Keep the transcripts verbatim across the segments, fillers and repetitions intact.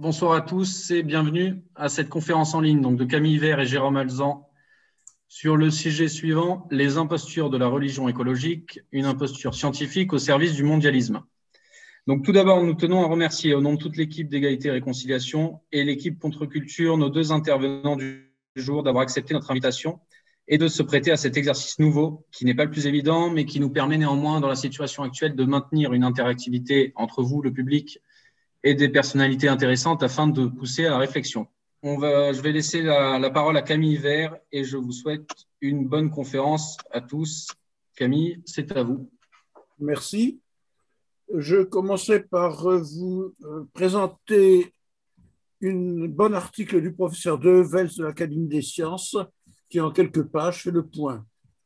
bonsoir à tous et bienvenue à cette conférence en ligne donc, de Camille Vert et Jérôme Alzan sur le sujet suivant, les impostures de la religion écologique, une imposture scientifique au service du mondialisme. Donc, tout d'abord, nous tenons à remercier au nom de toute l'équipe d'égalité et réconciliation et l'équipe contre-culture, nos deux intervenants du jour, d'avoir accepté notre invitation et de se prêter à cet exercice nouveau qui n'est pas le plus évident, mais qui nous permet néanmoins, dans la situation actuelle, de maintenir une interactivité entre vous, le public, et des personnalités intéressantes afin de pousser à la réflexion. On va, je vais laisser la, la parole à Camille Vert et je vous souhaite une bonne conférence à tous. Camille, c'est à vous. Merci. Je commencerai par vous présenter un bon article du professeur Devels de l'Académie des sciences qui, en quelques pages, fait le point.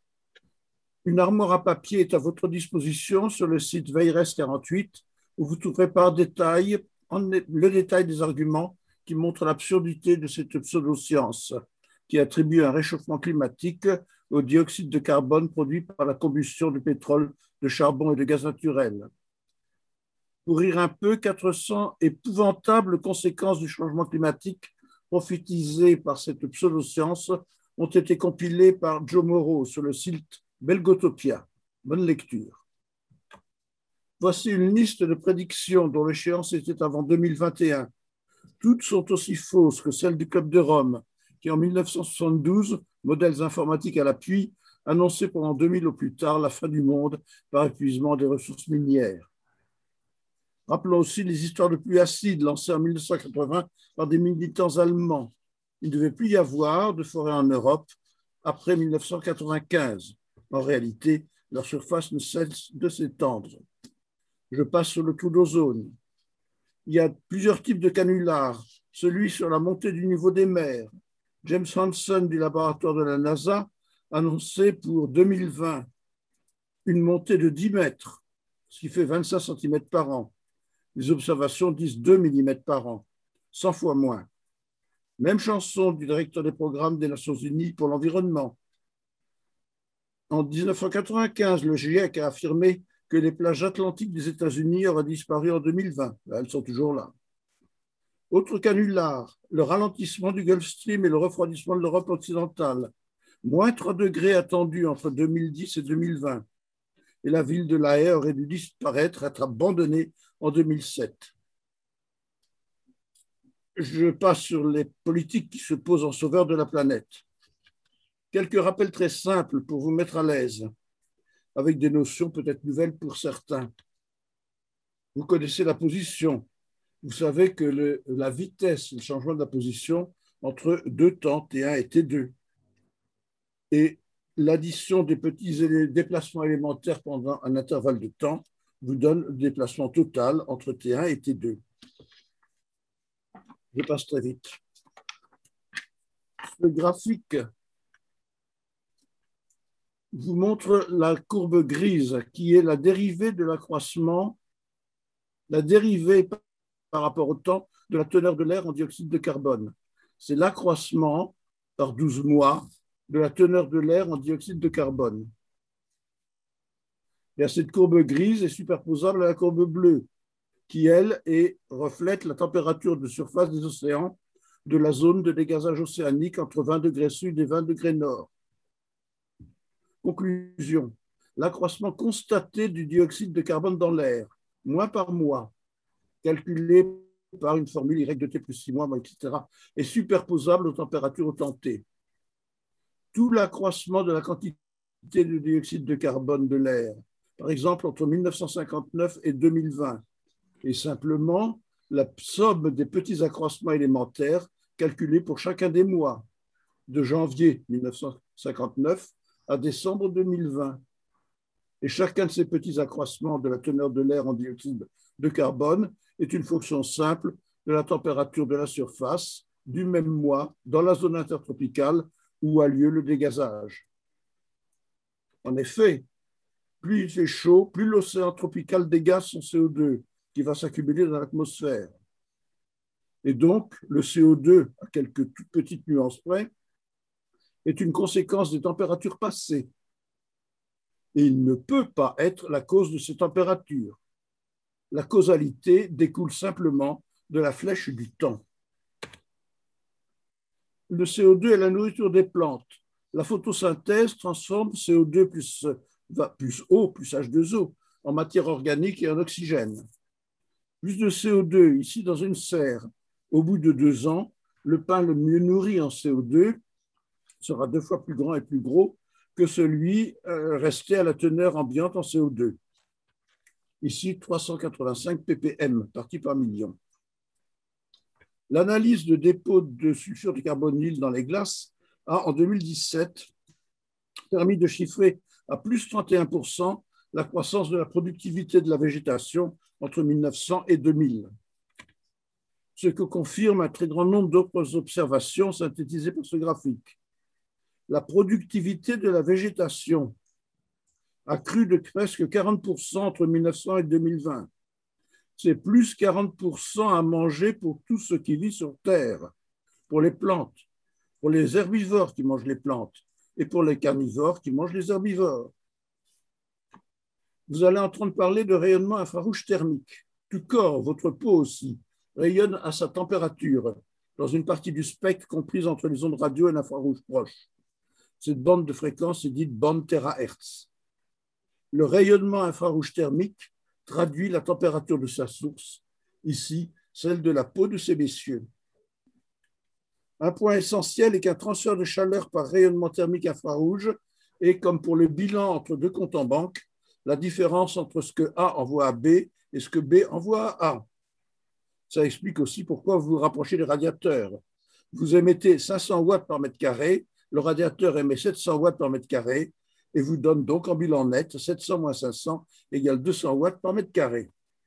Une armoire à papier est à votre disposition sur le site Veires quarante-huit où vous trouverez par détail le détail des arguments qui montrent l'absurdité de cette pseudo-science qui attribue un réchauffement climatique au dioxyde de carbone produit par la combustion du pétrole, de charbon et de gaz naturel. Pour rire un peu, quatre cents épouvantables conséquences du changement climatique prophétisées par cette pseudo-science ont été compilées par Joe Morrow sur le site Belgotopia. Bonne lecture. Voici une liste de prédictions dont l'échéance était avant deux mille vingt et un. Toutes sont aussi fausses que celles du Club de Rome, qui en mille neuf cent soixante-douze, modèles informatiques à l'appui, annonçait pendant deux mille au plus tard la fin du monde par épuisement des ressources minières. Rappelons aussi les histoires de pluie acide lancées en mille neuf cent quatre-vingts par des militants allemands. Il ne devait plus y avoir de forêt en Europe après mille neuf cent quatre-vingt-quinze. En réalité, leur surface ne cesse de s'étendre. Je passe sur le trou d'ozone. Il y a plusieurs types de canulars. Celui sur la montée du niveau des mers. James Hansen du laboratoire de la NASA annonçait pour deux mille vingt une montée de dix mètres, ce qui fait vingt-cinq centimètres par an. Les observations disent deux millimètres par an, cent fois moins. Même chanson du directeur des programmes des Nations Unies pour l'environnement. En mille neuf cent quatre-vingt-quinze, le GIEC a affirmé que les plages atlantiques des États-Unis auraient disparu en deux mille vingt. Elles sont toujours là. Autre canular, le ralentissement du Gulf Stream et le refroidissement de l'Europe occidentale. Moins trois degrés attendus entre deux mille dix et deux mille vingt. Et la ville de La Haye aurait dû disparaître, être abandonnée en deux mille sept. Je passe sur les politiques qui se posent en sauveur de la planète. Quelques rappels très simples pour vous mettre à l'aise, avec des notions peut-être nouvelles pour certains. Vous connaissez la position. Vous savez que le, la vitesse, le changement de la position entre deux temps, T un et T deux. Et l'addition des petits déplacements élémentaires pendant un intervalle de temps vous donne le déplacement total entre T un et T deux. Je passe très vite. Ce graphique vous montre la courbe grise qui est la dérivée de l'accroissement, la dérivée par rapport au temps de la teneur de l'air en dioxyde de carbone. C'est l'accroissement par douze mois de la teneur de l'air en dioxyde de carbone. Et cette courbe grise est superposable à la courbe bleue qui, elle, est, reflète la température de surface des océans de la zone de dégazage océanique entre vingt degrés sud et vingt degrés nord. Conclusion, l'accroissement constaté du dioxyde de carbone dans l'air, mois par mois, calculé par une formule Y de T plus six mois, et cetera, est superposable aux températures au temps T. Tout l'accroissement de la quantité de dioxyde de carbone de l'air, par exemple entre mille neuf cent cinquante-neuf et deux mille vingt, est simplement la somme des petits accroissements élémentaires calculés pour chacun des mois, de janvier mille neuf cent cinquante-neuf à décembre deux mille vingt. Et chacun de ces petits accroissements de la teneur de l'air en dioxyde de carbone est une fonction simple de la température de la surface du même mois dans la zone intertropicale où a lieu le dégazage. En effet, plus il fait chaud, plus l'océan tropical dégaze son C O deux qui va s'accumuler dans l'atmosphère. Et donc, le C O deux, à quelques toutes petites nuances près, est une conséquence des températures passées. Et il ne peut pas être la cause de ces températures. La causalité découle simplement de la flèche du temps. Le C O deux est la nourriture des plantes. La photosynthèse transforme C O deux plus, plus eau plus H deux O en matière organique et en oxygène. Plus de C O deux ici dans une serre. Au bout de deux ans, le pain le mieux nourri en C O deux sera deux fois plus grand et plus gros que celui euh, resté à la teneur ambiante en C O deux. Ici, trois cent quatre-vingt-cinq ppm, parties par million. L'analyse de dépôts de sulfure de carbonyle dans les glaces a, en deux mille dix-sept, permis de chiffrer à plus trente et un pour cent la croissance de la productivité de la végétation entre mille neuf cents et deux mille. Ce que confirme un très grand nombre d'autres observations synthétisées par ce graphique. La productivité de la végétation a cru de presque quarante pour cent entre mille neuf cents et deux mille vingt. C'est plus quarante pour cent à manger pour tout ce qui vit sur Terre, pour les plantes, pour les herbivores qui mangent les plantes et pour les carnivores qui mangent les herbivores. Vous allez entendre parler de rayonnement infrarouge thermique. Tout corps, votre peau aussi, rayonne à sa température dans une partie du spectre comprise entre les ondes radio et l'infrarouge proche. Cette bande de fréquence est dite bande térahertz. Le rayonnement infrarouge thermique traduit la température de sa source, ici celle de la peau de ces messieurs. Un point essentiel est qu'un transfert de chaleur par rayonnement thermique infrarouge est, comme pour le bilan entre deux comptes en banque, la différence entre ce que A envoie à B et ce que B envoie à A. Ça explique aussi pourquoi vous vous rapprochez des radiateurs. Vous émettez cinq cents watts par mètre carré, le radiateur émet sept cents watts par mètre carré, et vous donne donc en bilan net sept cents moins cinq cents égale deux cents watts par mètre carré.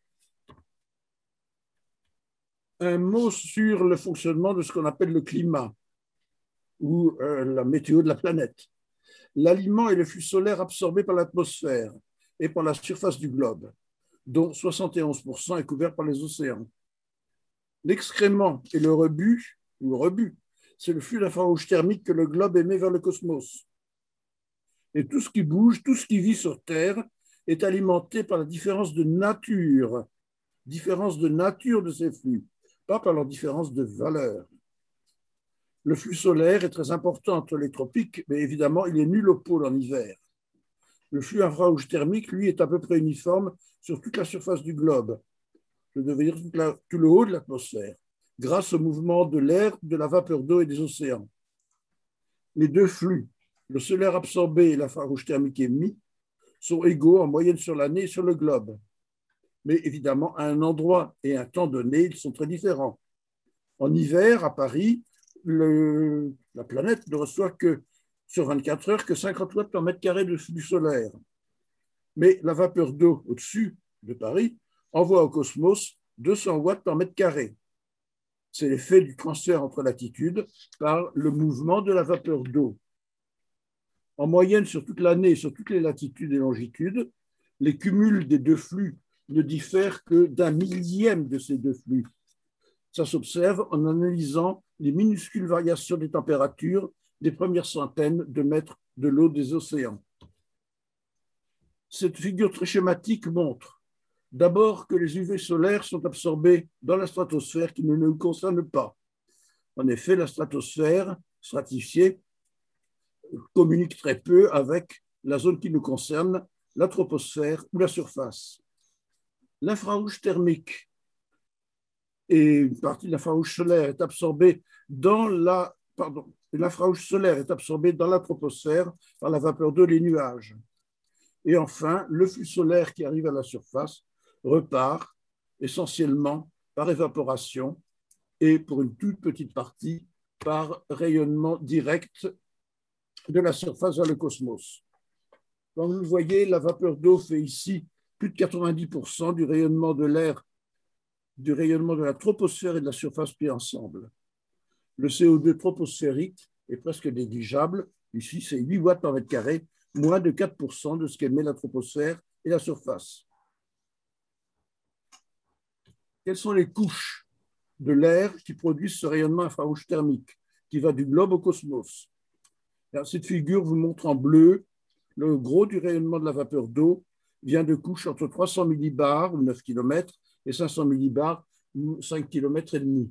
Un mot sur le fonctionnement de ce qu'on appelle le climat ou euh, la météo de la planète. L'aliment est le flux solaire absorbé par l'atmosphère et par la surface du globe, dont soixante et onze pour cent est couvert par les océans. L'excrément et le rebut, ou le rebut, c'est le flux d'infrarouge thermique que le globe émet vers le cosmos. Et tout ce qui bouge, tout ce qui vit sur Terre est alimenté par la différence de nature, différence de nature de ces flux, pas par leur différence de valeur. Le flux solaire est très important entre les tropiques, mais évidemment, il est nul au pôle en hiver. Le flux infrarouge thermique, lui, est à peu près uniforme sur toute la surface du globe, je devais dire tout, la, tout le haut de l'atmosphère, grâce au mouvement de l'air, de la vapeur d'eau et des océans. Les deux flux, le solaire absorbé et l'infrarouge thermique émis, sont égaux en moyenne sur l'année et sur le globe. Mais évidemment, à un endroit et un temps donné, ils sont très différents. En hiver, à Paris, le, la planète ne reçoit que, sur vingt-quatre heures, que cinquante watts par mètre carré de flux solaire. Mais la vapeur d'eau au-dessus de Paris envoie au cosmos deux cents watts par mètre carré. C'est l'effet du transfert entre latitudes par le mouvement de la vapeur d'eau. En moyenne, sur toute l'année et sur toutes les latitudes et longitudes, les cumuls des deux flux ne diffèrent que d'un millième de ces deux flux. Ça s'observe en analysant les minuscules variations des températures des premières centaines de mètres de l'eau des océans. Cette figure très schématique montre d'abord que les U V solaires sont absorbés dans la stratosphère qui ne nous concerne pas. En effet, la stratosphère stratifiée communique très peu avec la zone qui nous concerne, la troposphère ou la surface. L'infrarouge thermique et une partie de l'infrarouge solaire est absorbée dans la pardon, l'infrarouge solaire est absorbé dans la troposphère par la vapeur d'eau des nuages. Et enfin, le flux solaire qui arrive à la surface repart essentiellement par évaporation et pour une toute petite partie par rayonnement direct de la surface vers le cosmos. Comme vous le voyez, la vapeur d'eau fait ici plus de quatre-vingt-dix pour cent du rayonnement de l'air, du rayonnement de la troposphère et de la surface pris ensemble. Le C O deux troposphérique est presque négligeable. Ici, c'est huit watts par mètre carré, moins de quatre pour cent de ce qu'émet la troposphère et la surface. Quelles sont les couches de l'air qui produisent ce rayonnement infrarouge thermique qui va du globe au cosmos? Alors, cette figure vous montre en bleu le gros du rayonnement de la vapeur d'eau vient de couches entre trois cents millibars ou neuf kilomètres et cinq cents millibars cinq kilomètres et demi.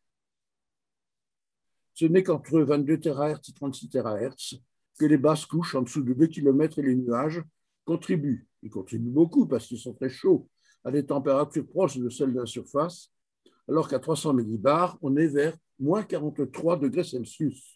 Ce n'est qu'entre vingt-deux térahertz et trente-six térahertz que les basses couches en dessous de deux kilomètres et les nuages contribuent. Ils contribuent beaucoup parce qu'ils sont très chauds à des températures proches de celles de la surface, alors qu'à trois cents millibars, on est vers moins quarante-trois degrés Celsius.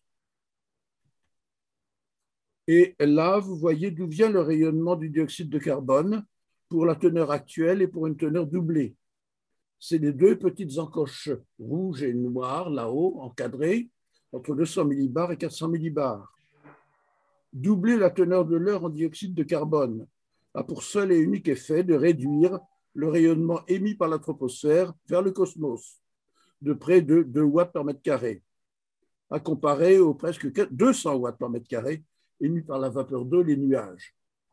Et là, vous voyez d'où vient le rayonnement du dioxyde de carbone pour la teneur actuelle et pour une teneur doublée. C'est les deux petites encoches rouges et noires là-haut, encadrées, entre deux cents millibars et quatre cents millibars. Doubler la teneur de l'air en dioxyde de carbone a pour seul et unique effet de réduire le rayonnement émis par la troposphère vers le cosmos, de près de deux watts par mètre carré, à comparer aux presque deux cents watts par mètre carré émis par la vapeur d'eau et les nuages.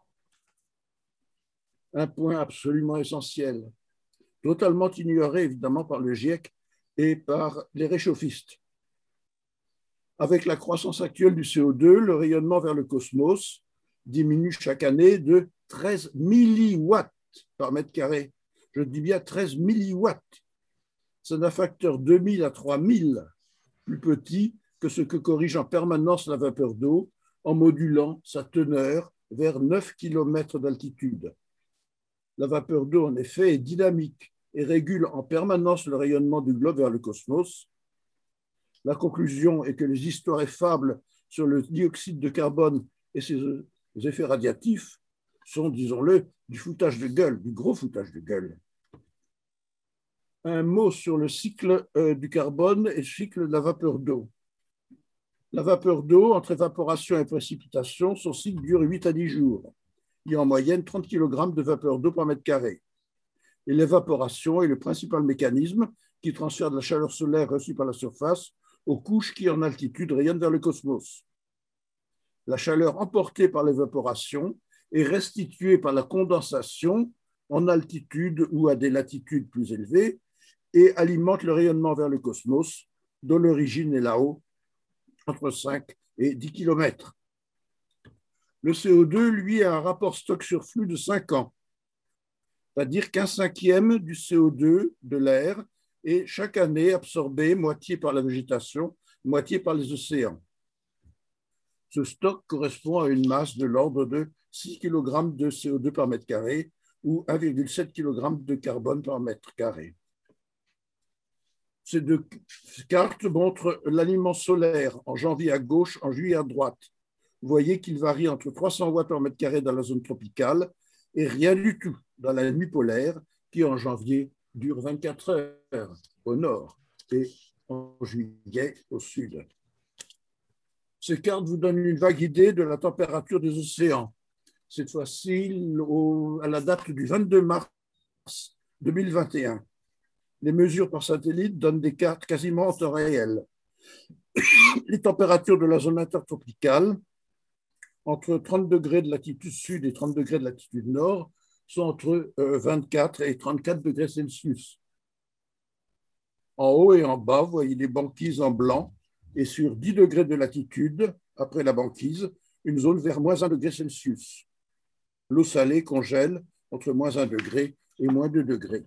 Un point absolument essentiel, totalement ignoré évidemment par le GIEC et par les réchauffistes. Avec la croissance actuelle du C O deux, le rayonnement vers le cosmos diminue chaque année de treize milliwatts par mètre carré. Je dis bien treize milliwatts. C'est un facteur deux mille à trois mille plus petit que ce que corrige en permanence la vapeur d'eau en modulant sa teneur vers neuf kilomètres d'altitude. La vapeur d'eau, en effet, est dynamique et régule en permanence le rayonnement du globe vers le cosmos. La conclusion est que les histoires et fables sur le dioxyde de carbone et ses effets radiatifs sont, disons-le, du foutage de gueule, du gros foutage de gueule. Un mot sur le cycle du carbone et le cycle de la vapeur d'eau. La vapeur d'eau, entre évaporation et précipitation, son cycle dure huit à dix jours. Il y a en moyenne trente kilogrammes de vapeur d'eau par mètre carré. Et l'évaporation est le principal mécanisme qui transfère de la chaleur solaire reçue par la surface aux couches qui, en altitude, rayonnent vers le cosmos. La chaleur emportée par l'évaporation est restituée par la condensation en altitude ou à des latitudes plus élevées et alimente le rayonnement vers le cosmos, dont l'origine est là-haut, entre cinq et dix kilomètres. Le C O deux, lui, a un rapport stock sur flux de cinq ans, c'est-à-dire qu'un cinquième du C O deux de l'air est chaque année absorbé, moitié par la végétation, moitié par les océans. Ce stock correspond à une masse de l'ordre de six kilogrammes de C O deux par mètre carré ou un virgule sept kilogramme de carbone par mètre carré. Ces deux cartes montrent l'alignement solaire en janvier à gauche, en juillet à droite. Vous voyez qu'il varie entre trois cents watts par mètre carré dans la zone tropicale et rien du tout dans la nuit polaire qui, en janvier, dure vingt-quatre heures au nord et en juillet au sud. Ces cartes vous donnent une vague idée de la température des océans. Cette fois-ci, à la date du vingt-deux mars deux mille vingt et un. Les mesures par satellite donnent des cartes quasiment en temps réel. Les températures de la zone intertropicale, entre trente degrés de latitude sud et trente degrés de latitude nord, sont entre vingt-quatre et trente-quatre degrés Celsius. En haut et en bas, vous voyez les banquises en blanc, et sur dix degrés de latitude, après la banquise, une zone vers moins un degré Celsius. L'eau salée congèle entre moins un degré et moins deux degrés.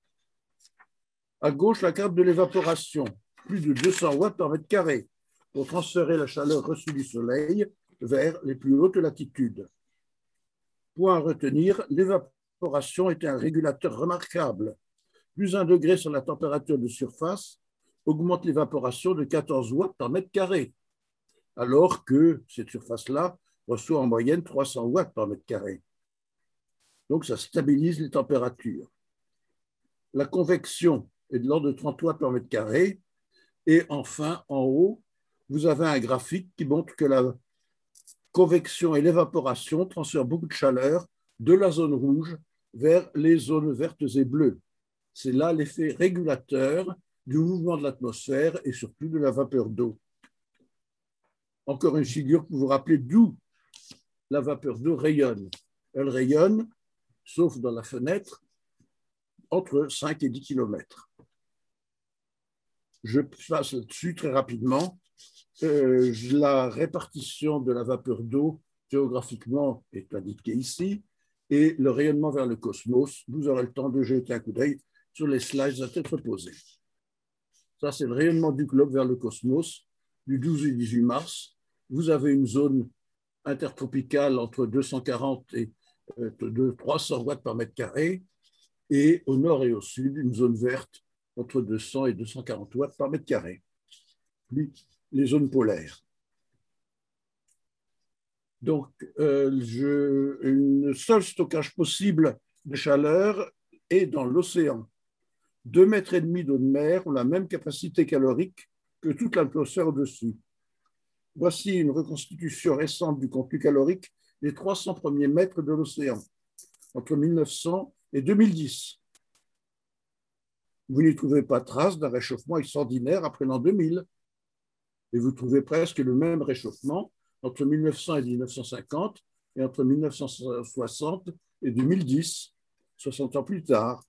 À gauche, la carte de l'évaporation, plus de deux cents watts par mètre carré, pour transférer la chaleur reçue du soleil vers les plus hautes latitudes. Point à retenir, l'évaporation est un régulateur remarquable. Plus un degré sur la température de surface augmente l'évaporation de quatorze watts par mètre carré, alors que cette surface-là reçoit en moyenne trois cents watts par mètre carré. Donc, ça stabilise les températures. La convection est de l'ordre de trente watts par mètre carré. Et enfin, en haut, vous avez un graphique qui montre que la convection et l'évaporation transfèrent beaucoup de chaleur de la zone rouge vers les zones vertes et bleues. C'est là l'effet régulateur du mouvement de l'atmosphère et surtout de la vapeur d'eau. Encore une figure pour vous rappeler d'où la vapeur d'eau rayonne. Elle rayonne, sauf dans la fenêtre, entre cinq et dix kilomètres. Je passe là-dessus très rapidement. Euh, la répartition de la vapeur d'eau géographiquement est indiquée ici et le rayonnement vers le cosmos. Vous aurez le temps de jeter un coup d'œil sur les slides à tête reposée. Ça, c'est le rayonnement du globe vers le cosmos du douze et dix-huit mars. Vous avez une zone intertropicale entre deux cent quarante et euh, trois cents watts par mètre carré, et au nord et au sud, une zone verte entre deux cents et deux cent quarante watts par mètre carré, puis les zones polaires. Donc, euh, je, un seul stockage possible de chaleur est dans l'océan. Deux mètres et demi d'eau de mer ont la même capacité calorique que toute l'atmosphère au-dessus. Voici une reconstitution récente du contenu calorique des trois cents premiers mètres de l'océan, entre mille neuf cents et deux mille dix. Vous n'y trouvez pas trace d'un réchauffement extraordinaire après l'an deux mille. Et vous trouvez presque le même réchauffement entre mille neuf cents et mille neuf cent cinquante et entre mille neuf cent soixante et deux mille dix, soixante ans plus tard.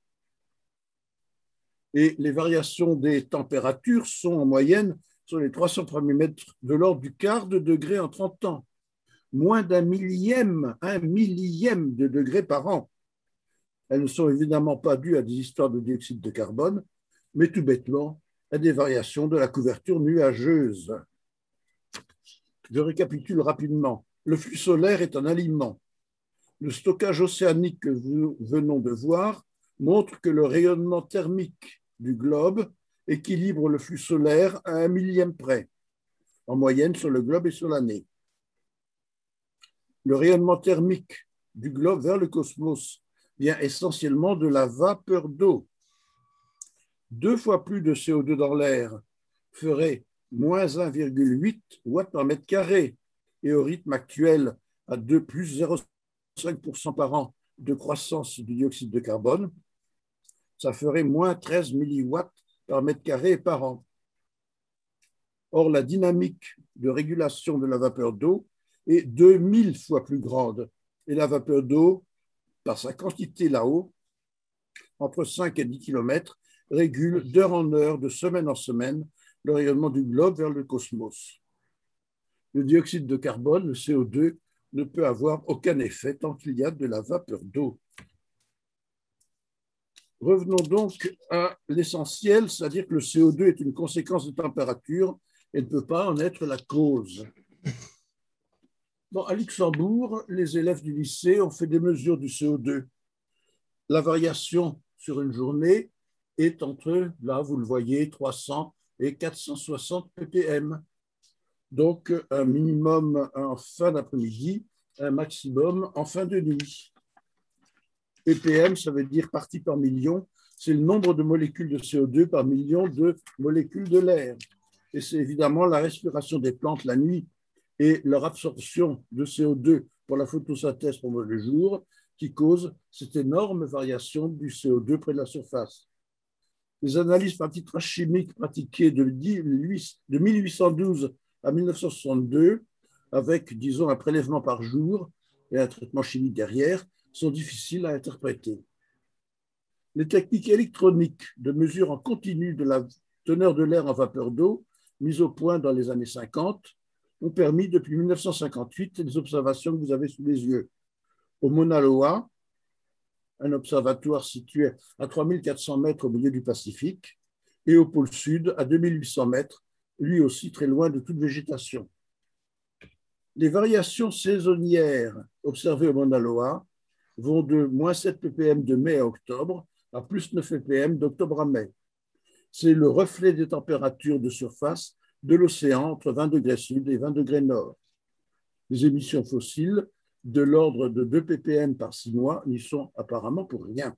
Et les variations des températures sont en moyenne sur les trois cents premiers mètres de l'ordre du quart de degré en trente ans, moins d'un millième, un millième de degré par an. Elles ne sont évidemment pas dues à des histoires de dioxyde de carbone, mais tout bêtement à des variations de la couverture nuageuse. Je récapitule rapidement. Le flux solaire est un aliment. Le stockage océanique que nous venons de voir montre que le rayonnement thermique du globe équilibre le flux solaire à un millième près, en moyenne sur le globe et sur l'année. Le rayonnement thermique du globe vers le cosmos vient essentiellement de la vapeur d'eau. Deux fois plus de C O deux dans l'air ferait moins un virgule huit watts par mètre carré, et au rythme actuel à deux plus zéro virgule cinq pour cent par an de croissance du dioxyde de carbone, ça ferait moins treize milliwatts par mètre carré par an. Or, la dynamique de régulation de la vapeur d'eau est deux mille fois plus grande, et la vapeur d'eau, par sa quantité là-haut, entre cinq et dix kilomètres, régule d'heure en heure, de semaine en semaine, le rayonnement du globe vers le cosmos. Le dioxyde de carbone, le C O deux, ne peut avoir aucun effet tant qu'il y a de la vapeur d'eau. Revenons donc à l'essentiel, c'est-à-dire que le C O deux est une conséquence de température et ne peut pas en être la cause. Bon, à Luxembourg, les élèves du lycée ont fait des mesures du C O deux. La variation sur une journée est entre, là vous le voyez, trois cents et quatre cent soixante ppm. Donc un minimum en fin d'après-midi, un maximum en fin de nuit. ppm, ça veut dire partie par million, c'est le nombre de molécules de C O deux par million de molécules de l'air. Et c'est évidemment la respiration des plantes la nuit et leur absorption de C O deux pour la photosynthèse pendant le jour qui cause cette énorme variation du C O deux près de la surface. Les analyses par titrage chimique pratiquées de mille huit cent douze à mille neuf cent soixante-deux, avec, disons, un prélèvement par jour et un traitement chimique derrière, sont difficiles à interpréter. Les techniques électroniques de mesure en continu de la teneur de l'air en vapeur d'eau, mises au point dans les années cinquante, ont permis depuis mille neuf cent cinquante-huit les observations que vous avez sous les yeux. Au Mauna Loa, un observatoire situé à trois mille quatre cents mètres au milieu du Pacifique, et au pôle sud, à deux mille huit cents mètres, lui aussi très loin de toute végétation. Les variations saisonnières observées au Mauna Loa vont de moins sept ppm de mai à octobre à plus neuf ppm d'octobre à mai. C'est le reflet des températures de surface de l'océan entre vingt degrés sud et vingt degrés nord. Les émissions fossiles de l'ordre de deux ppm par six mois n'y sont apparemment pour rien.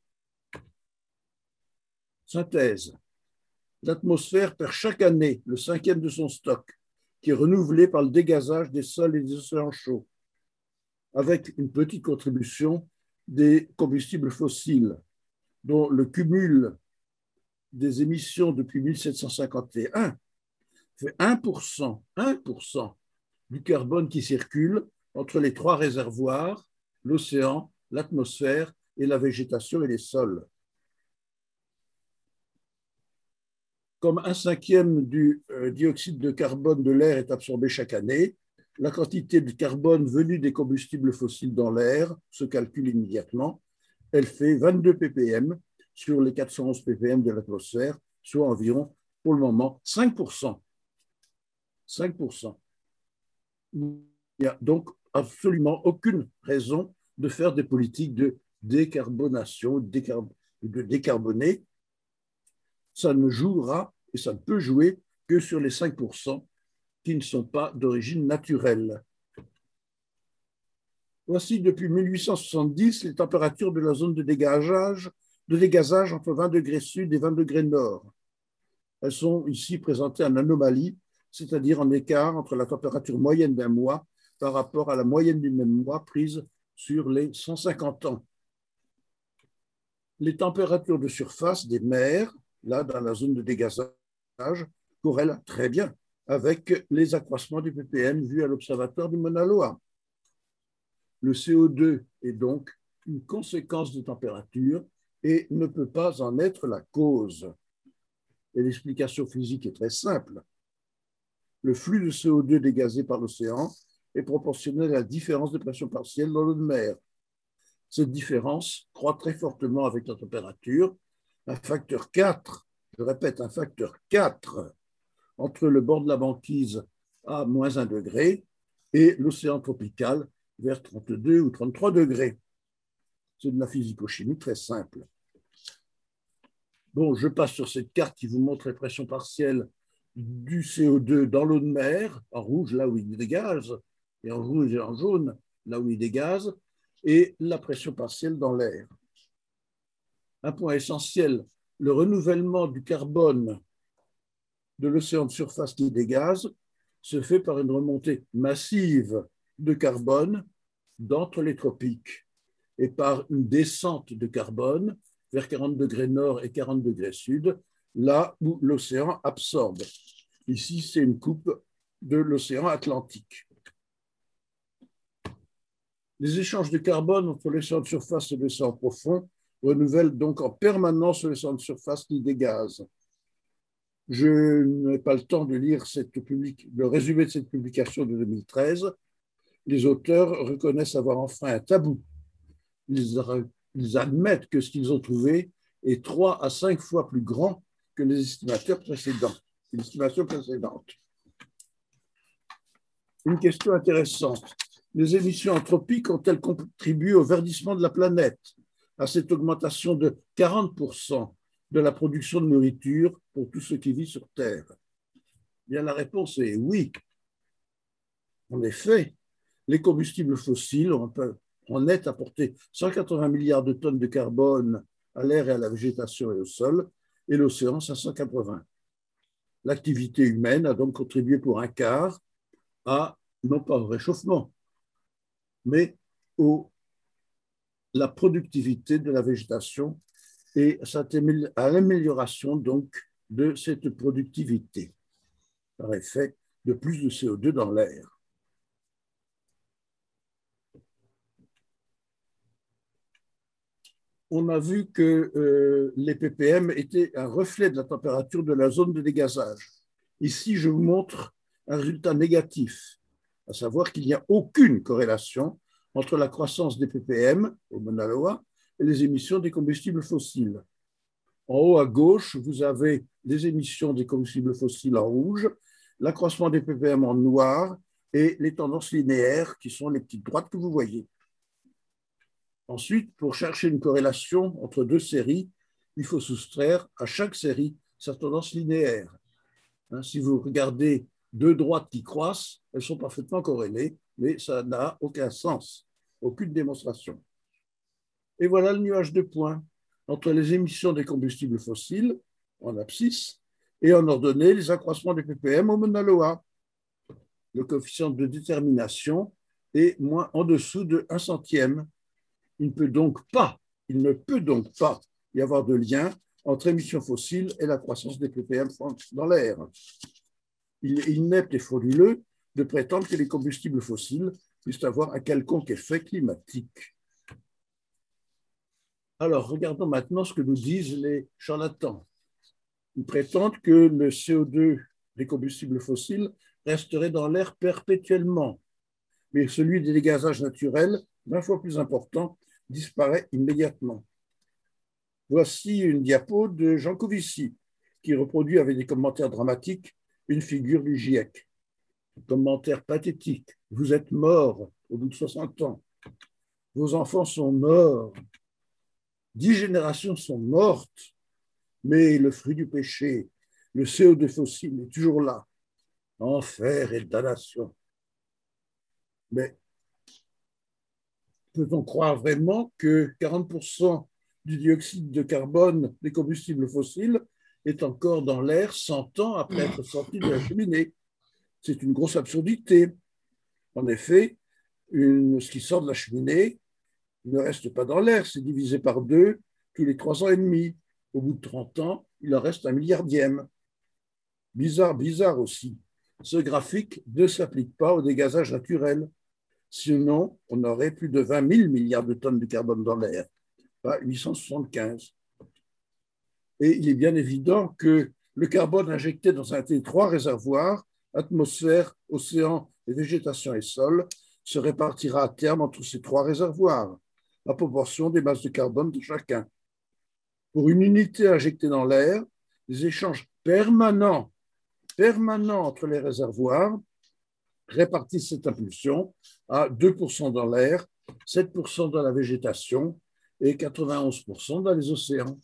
Synthèse. L'atmosphère perd chaque année le cinquième de son stock, qui est renouvelé par le dégazage des sols et des océans chauds, avec une petite contribution des combustibles fossiles, dont le cumul des émissions depuis mille sept cent cinquante et un fait un pour cent, un pour cent du carbone qui circule entre les trois réservoirs, l'océan, l'atmosphère et la végétation et les sols. Comme un cinquième du euh, dioxyde de carbone de l'air est absorbé chaque année, la quantité de carbone venue des combustibles fossiles dans l'air se calcule immédiatement. Elle fait vingt-deux ppm, sur les quatre cent onze ppm de l'atmosphère, soit environ, pour le moment, cinq pour cent. cinq pour cent. Il n'y a donc absolument aucune raison de faire des politiques de décarbonation, de décarboner. Ça ne jouera et ça ne peut jouer que sur les cinq pour cent qui ne sont pas d'origine naturelle. Voici depuis mille huit cent soixante-dix les températures de la zone de dégazage, de dégazage entre vingt degrés sud et vingt degrés nord. Elles sont ici présentées en anomalie, c'est-à-dire en écart entre la température moyenne d'un mois par rapport à la moyenne du même mois prise sur les cent cinquante ans. Les températures de surface des mers, là dans la zone de dégazage, corrèlent très bien avec les accroissements du ppm vus à l'observatoire du Mauna Loa. Le C O deux est donc une conséquence de température et ne peut pas en être la cause. Et l'explication physique est très simple. Le flux de C O deux dégazé par l'océan est proportionnel à la différence de pression partielle dans l'eau de mer. Cette différence croît très fortement avec la température, un facteur quatre, je répète, un facteur quatre entre le bord de la banquise à moins un degré et l'océan tropical vers trente-deux ou trente-trois degrés. C'est de la physico-chimie très simple. Bon, je passe sur cette carte qui vous montre les pressions partielles du C O deux dans l'eau de mer, en rouge là où il y a des gaz, et en rouge et en jaune là où il y a des gaz, et la pression partielle dans l'air. Un point essentiel, le renouvellement du carbone de l'océan de surface qui dégaze se fait par une remontée massive de carbone d'entre les tropiques et par une descente de carbone vers quarante degrés nord et quarante degrés sud, là où l'océan absorbe. Ici, c'est une coupe de l'océan Atlantique. Les échanges de carbone entre l'océan de surface et l'océan profond renouvellent donc en permanence l'océan de surface qui dégaze. Je n'ai pas le temps de lire cette public... le résumé de cette publication de deux mille treize. Les auteurs reconnaissent avoir enfreint un tabou. Ils, ils admettent que ce qu'ils ont trouvé est trois à cinq fois plus grand que les estimateurs précédents, l'estimation précédente. Une question intéressante. Les émissions anthropiques ont-elles contribué au verdissement de la planète, à cette augmentation de quarante pour cent de la production de nourriture pour tout ce qui vit sur Terre? Bien, la réponse est oui. En effet, les combustibles fossiles ont en net apporté cent quatre-vingts milliards de tonnes de carbone à l'air et à la végétation et au sol, et l'océan cinq cent quatre-vingts. L'activité humaine a donc contribué pour un quart à, non pas au réchauffement, mais au, la productivité de la végétation et à l'amélioration donc de cette productivité par effet de plus de C O deux dans l'air. On a vu que euh, les ppm étaient un reflet de la température de la zone de dégazage. Ici, je vous montre un résultat négatif, à savoir qu'il n'y a aucune corrélation entre la croissance des ppm au Mauna Loa et les émissions des combustibles fossiles. En haut à gauche, vous avez les émissions des combustibles fossiles en rouge, l'accroissement des ppm en noir et les tendances linéaires qui sont les petites droites que vous voyez. Ensuite, pour chercher une corrélation entre deux séries, il faut soustraire à chaque série sa tendance linéaire. Hein, si vous regardez deux droites qui croissent, elles sont parfaitement corrélées, mais ça n'a aucun sens, aucune démonstration. Et voilà le nuage de points entre les émissions des combustibles fossiles, en abscisse, et en ordonnée, les accroissements des ppm au Mauna Loa. Le coefficient de détermination est moins en dessous de un centième. Il ne peut donc pas, il ne peut donc pas y avoir de lien entre émissions fossiles et la croissance des ppm dans l'air. Il est inepte et frauduleux de prétendre que les combustibles fossiles puissent avoir un quelconque effet climatique. Alors, regardons maintenant ce que nous disent les charlatans. Ils prétendent que le C O deux des combustibles fossiles resterait dans l'air perpétuellement, mais celui des dégazages naturels, vingt fois plus important, disparaît immédiatement. Voici une diapo de Jean Covici, qui reproduit avec des commentaires dramatiques une figure du GIEC. Commentaire pathétique. Vous êtes mort au bout de soixante ans. Vos enfants sont morts. Dix générations sont mortes. Mais le fruit du péché, le C O deux fossile, est toujours là. Enfer et damnation. Mais peut-on croire vraiment que quarante pour cent du dioxyde de carbone des combustibles fossiles est encore dans l'air cent ans après être sorti de la cheminée? C'est une grosse absurdité. En effet, une, ce qui sort de la cheminée ne reste pas dans l'air, c'est divisé par deux tous les trois ans et demi. Au bout de trente ans, il en reste un milliardième. Bizarre, bizarre aussi. Ce graphique ne s'applique pas au dégazage naturel. Sinon, on aurait plus de vingt mille milliards de tonnes de carbone dans l'air, pas huit cent soixante-quinze. Et il est bien évident que le carbone injecté dans un des trois réservoirs, atmosphère, océan et végétation et sol, se répartira à terme entre ces trois réservoirs, à proportion des masses de carbone de chacun. Pour une unité injectée dans l'air, les échanges permanents, permanents entre les réservoirs répartissent cette impulsion à deux pour cent dans l'air, sept pour cent dans la végétation et quatre-vingt-onze pour cent dans les océans.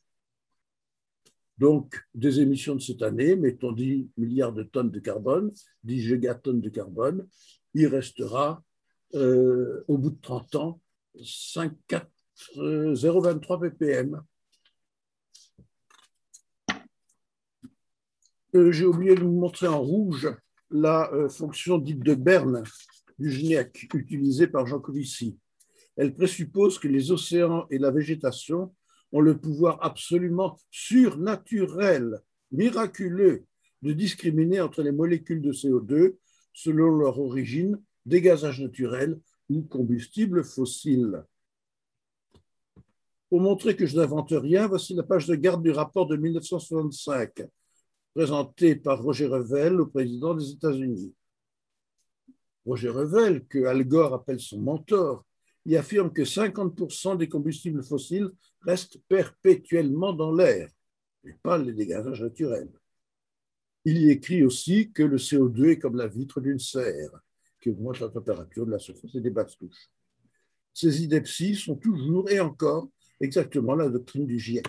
Donc, des émissions de cette année, mettons dix milliards de tonnes de carbone, dix gigatonnes de carbone, il restera euh, au bout de trente ans cinq virgule quatre zéro vingt-trois ppm. Euh, J'ai oublié de vous montrer en rouge la euh, fonction dite de Berne du GIEC utilisée par Jean Covici. Elle présuppose que les océans et la végétation ont le pouvoir absolument surnaturel, miraculeux, de discriminer entre les molécules de C O deux selon leur origine, dégazage naturel ou combustible fossile. Pour montrer que je n'invente rien, voici la page de garde du rapport de mille neuf cent soixante-cinq, présenté par Roger Revel au président des États-Unis. Roger Revel, que Al Gore appelle son mentor, y affirme que cinquante pour cent des combustibles fossiles restent perpétuellement dans l'air, et pas les dégazages naturels. Il y écrit aussi que le C O deux est comme la vitre d'une serre, qui augmente la température de la surface et des basses couches. Ces idées-ci sont toujours et encore exactement la doctrine du GIEC.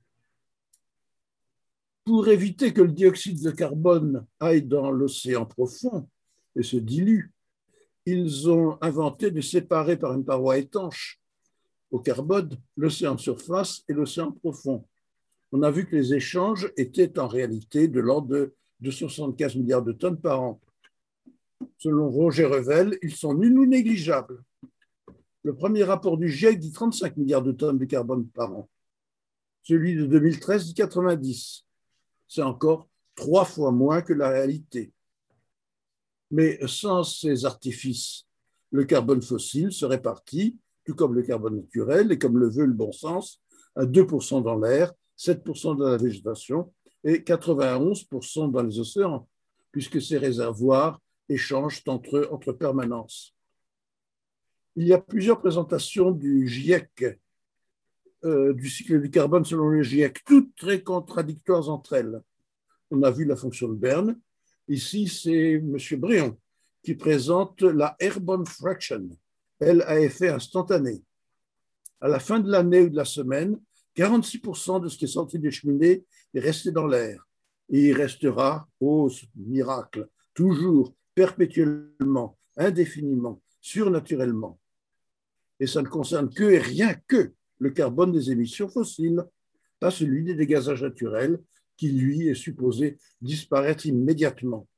Pour éviter que le dioxyde de carbone aille dans l'océan profond et se dilue, ils ont inventé de séparer par une paroi étanche au carbone l'océan de surface et l'océan profond. On a vu que les échanges étaient en réalité de l'ordre de deux cent soixante-quinze milliards de tonnes par an. Selon Roger Revel, ils sont nuls ou négligeables. Le premier rapport du GIEC dit trente-cinq milliards de tonnes de carbone par an. Celui de deux mille treize dit quatre-vingt-dix. C'est encore trois fois moins que la réalité. Mais sans ces artifices, le carbone fossile se répartit, tout comme le carbone naturel et comme le veut le bon sens, à deux pour cent dans l'air, sept pour cent dans la végétation et quatre-vingt-onze pour cent dans les océans, puisque ces réservoirs échangent entre eux entre permanence. Il y a plusieurs présentations du GIEC, euh, du cycle du carbone selon le GIEC, toutes très contradictoires entre elles. On a vu la fonction de Berne. Ici, c'est M. Brion qui présente la airborne fraction, L à effet instantané. À la fin de l'année ou de la semaine, quarante-six pour cent de ce qui est sorti des cheminées est resté dans l'air. Et il restera, oh miracle, toujours, perpétuellement, indéfiniment, surnaturellement. Et ça ne concerne que et rien que le carbone des émissions fossiles, pas celui des dégazages naturels, qui, lui, est supposé disparaître immédiatement.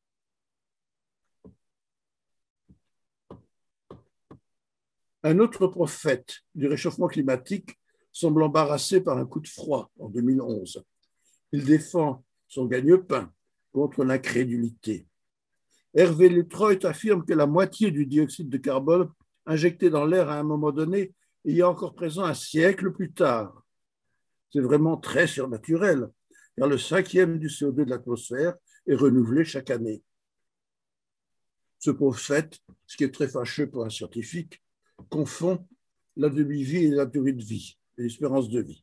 Un autre prophète du réchauffement climatique semble embarrassé par un coup de froid en deux mille onze. Il défend son gagne-pain contre l'incrédulité. Hervé Letroit affirme que la moitié du dioxyde de carbone injecté dans l'air à un moment donné est encore présent un siècle plus tard. C'est vraiment très surnaturel, car le cinquième du C O deux de l'atmosphère est renouvelé chaque année. Ce prophète, ce qui est très fâcheux pour un scientifique, confond la demi-vie et la durée de vie, l'espérance de vie.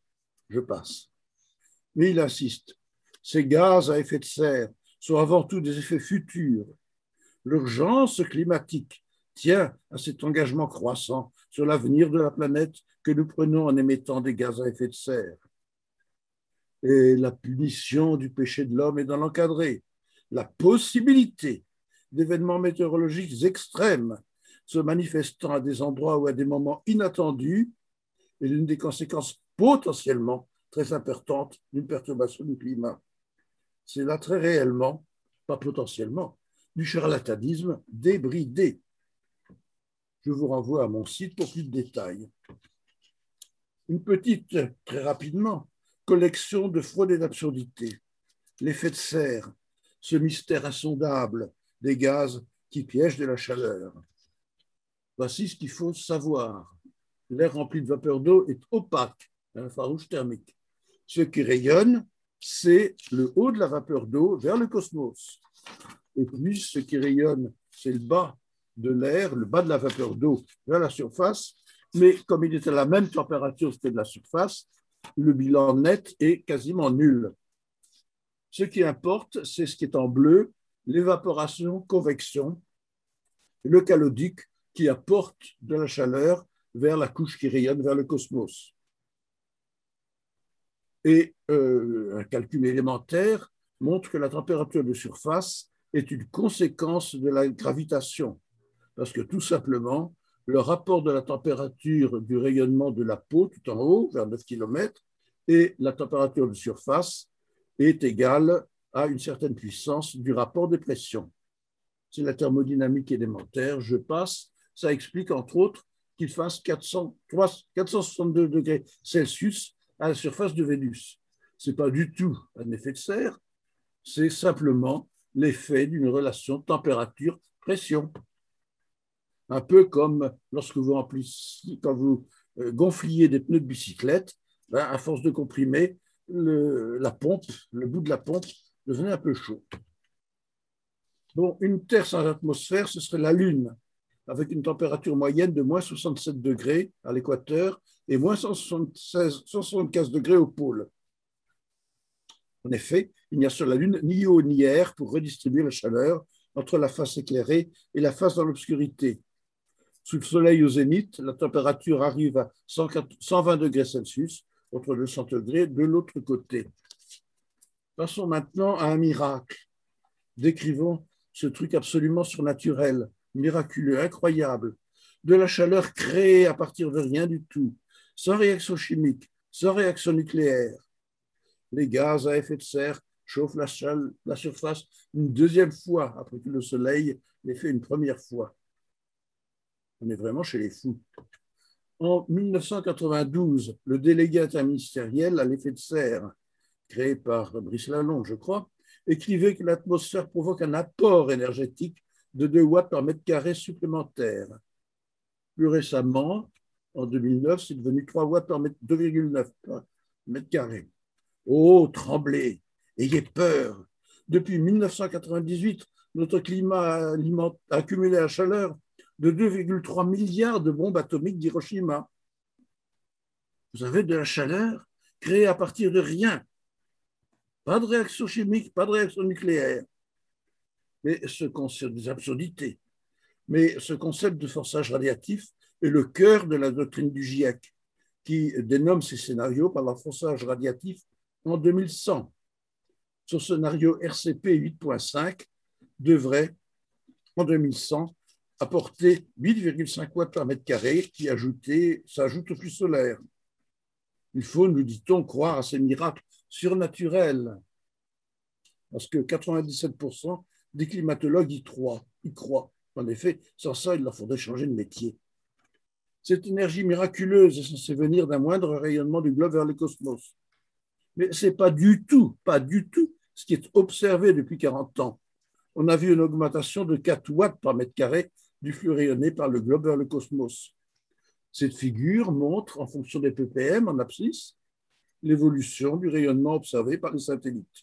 Je passe. Mais il insiste. Ces gaz à effet de serre sont avant tout des effets futurs. L'urgence climatique tient à cet engagement croissant sur l'avenir de la planète que nous prenons en émettant des gaz à effet de serre. Et la punition du péché de l'homme est dans l'encadrer. La possibilité d'événements météorologiques extrêmes se manifestant à des endroits ou à des moments inattendus est l'une des conséquences potentiellement très importantes d'une perturbation du climat. C'est là très réellement, pas potentiellement, du charlatanisme débridé. Je vous renvoie à mon site pour plus de détails. Une petite, très rapidement, collection de fraudes et d'absurdités. L'effet de serre, ce mystère insondable des gaz qui piègent de la chaleur. Voici ce qu'il faut savoir. L'air rempli de vapeur d'eau est opaque, un infrarouge thermique. Ce qui rayonne, c'est le haut de la vapeur d'eau vers le cosmos. Et puis, ce qui rayonne, c'est le bas de l'air, le bas de la vapeur d'eau vers la surface. Mais comme il est à la même température que de la surface, le bilan net est quasiment nul. Ce qui importe, c'est ce qui est en bleu, l'évaporation, convection, le calodique qui apporte de la chaleur vers la couche qui rayonne vers le cosmos. Et euh, un calcul élémentaire montre que la température de surface est une conséquence de la gravitation, parce que tout simplement, le rapport de la température du rayonnement de la peau tout en haut, vers neuf kilomètres, et la température de surface est égale à une certaine puissance du rapport des pressions. C'est la thermodynamique élémentaire. Je passe. Ça explique entre autres qu'il fasse quatre cents, quatre cent soixante-deux degrés Celsius à la surface de Vénus. Ce n'est pas du tout un effet de serre, c'est simplement l'effet d'une relation température-pression. Un peu comme lorsque vous, remplissez, quand vous gonfliez des pneus de bicyclette, ben, à force de comprimer, le, la pompe, le bout de la pompe devenait un peu chaud. Bon, une Terre sans atmosphère, ce serait la Lune, avec une température moyenne de moins soixante-sept degrés à l'équateur et moins cent soixante-quinze degrés au pôle. En effet, il n'y a sur la Lune ni eau ni air pour redistribuer la chaleur entre la face éclairée et la face dans l'obscurité. Sous le soleil au zénith, la température arrive à cent vingt degrés Celsius, contre deux cents degrés de l'autre côté. Passons maintenant à un miracle. Décrivons ce truc absolument surnaturel, miraculeux, incroyable, de la chaleur créée à partir de rien du tout, sans réaction chimique, sans réaction nucléaire. Les gaz à effet de serre chauffent la, la surface une deuxième fois après que le soleil l'ait fait une première fois. On est vraiment chez les fous. En mille neuf cent quatre-vingt-douze, le délégué interministériel à l'effet de serre, créé par Brice Lalonde, je crois, écrivait que l'atmosphère provoque un apport énergétique de deux watts par mètre carré supplémentaire. Plus récemment, en deux mille neuf, c'est devenu trois watts par deux virgule neuf par mètre carré. Oh, tremblez, ayez peur. Depuis mille neuf cent quatre-vingt-dix-huit, notre climat a accumulé la chaleur de deux virgule trois milliards de bombes atomiques d'Hiroshima. Vous avez de la chaleur créée à partir de rien. Pas de réaction chimique, pas de réaction nucléaire. Mais ce concept des absurdités. Mais ce concept de forçage radiatif est le cœur de la doctrine du GIEC, qui dénomme ces scénarios par leur forçage radiatif en deux mille cent. Ce scénario R C P huit point cinq devrait, en deux mille cent, apporter huit virgule cinq watts par mètre carré qui s'ajoute au flux solaire. Il faut, nous dit-on, croire à ces miracles surnaturels, parce que quatre-vingt-dix-sept pour cent des climatologues y croient. Y croient. En effet, sans ça, il leur faudrait changer de métier. Cette énergie miraculeuse est censée venir d'un moindre rayonnement du globe vers le cosmos. Mais ce n'est pas du tout, pas du tout ce qui est observé depuis quarante ans. On a vu une augmentation de quatre watts par mètre carré du flux rayonné par le globe vers le cosmos. Cette figure montre, en fonction des ppm en abscisse, l'évolution du rayonnement observé par les satellites.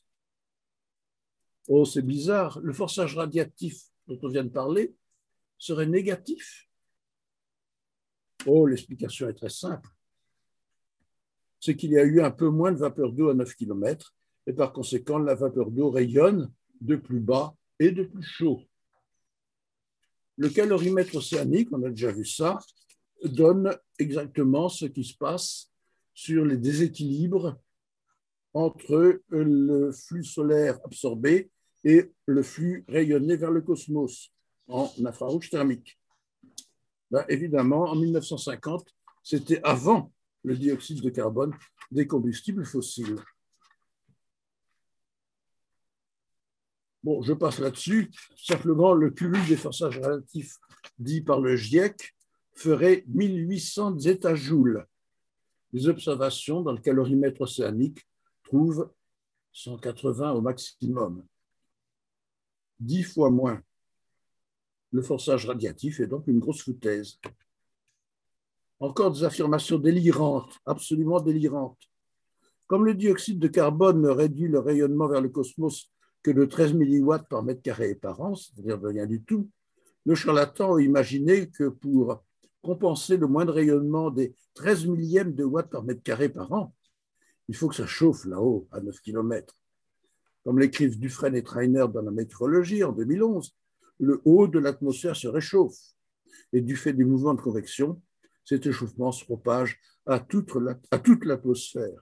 Oh, c'est bizarre, le forçage radiatif dont on vient de parler serait négatif. Oh, l'explication est très simple. c'est qu'il y a eu un peu moins de vapeur d'eau à neuf kilomètres et par conséquent, la vapeur d'eau rayonne de plus bas et de plus chaud. Le calorimètre océanique, on a déjà vu ça, donne exactement ce qui se passe sur les déséquilibres entre le flux solaire absorbé et le flux rayonné vers le cosmos en infrarouge thermique. Ben, évidemment, en mille neuf cent cinquante, c'était avant le dioxyde de carbone des combustibles fossiles. Bon, je passe là-dessus. Simplement, le cumul des forçages relatifs dit par le GIEC ferait mille huit cents zétajoules. Les observations dans le calorimètre océanique trouvent cent quatre-vingts au maximum. Dix fois moins. Le forçage radiatif est donc une grosse foutaise. Encore des affirmations délirantes, absolument délirantes. Comme le dioxyde de carbone ne réduit le rayonnement vers le cosmos que de treize milliwatts par mètre carré et par an, c'est-à-dire de rien du tout, le charlatan a imaginé que pour compenser le moindre rayonnement des treize millièmes de watts par mètre carré par an, il faut que ça chauffe là-haut, à neuf kilomètres. Comme l'écrivent Dufresne et Trainer dans la météorologie en deux mille onze, le haut de l'atmosphère se réchauffe. Et du fait des mouvements de convection, cet échauffement se propage à toute l'atmosphère.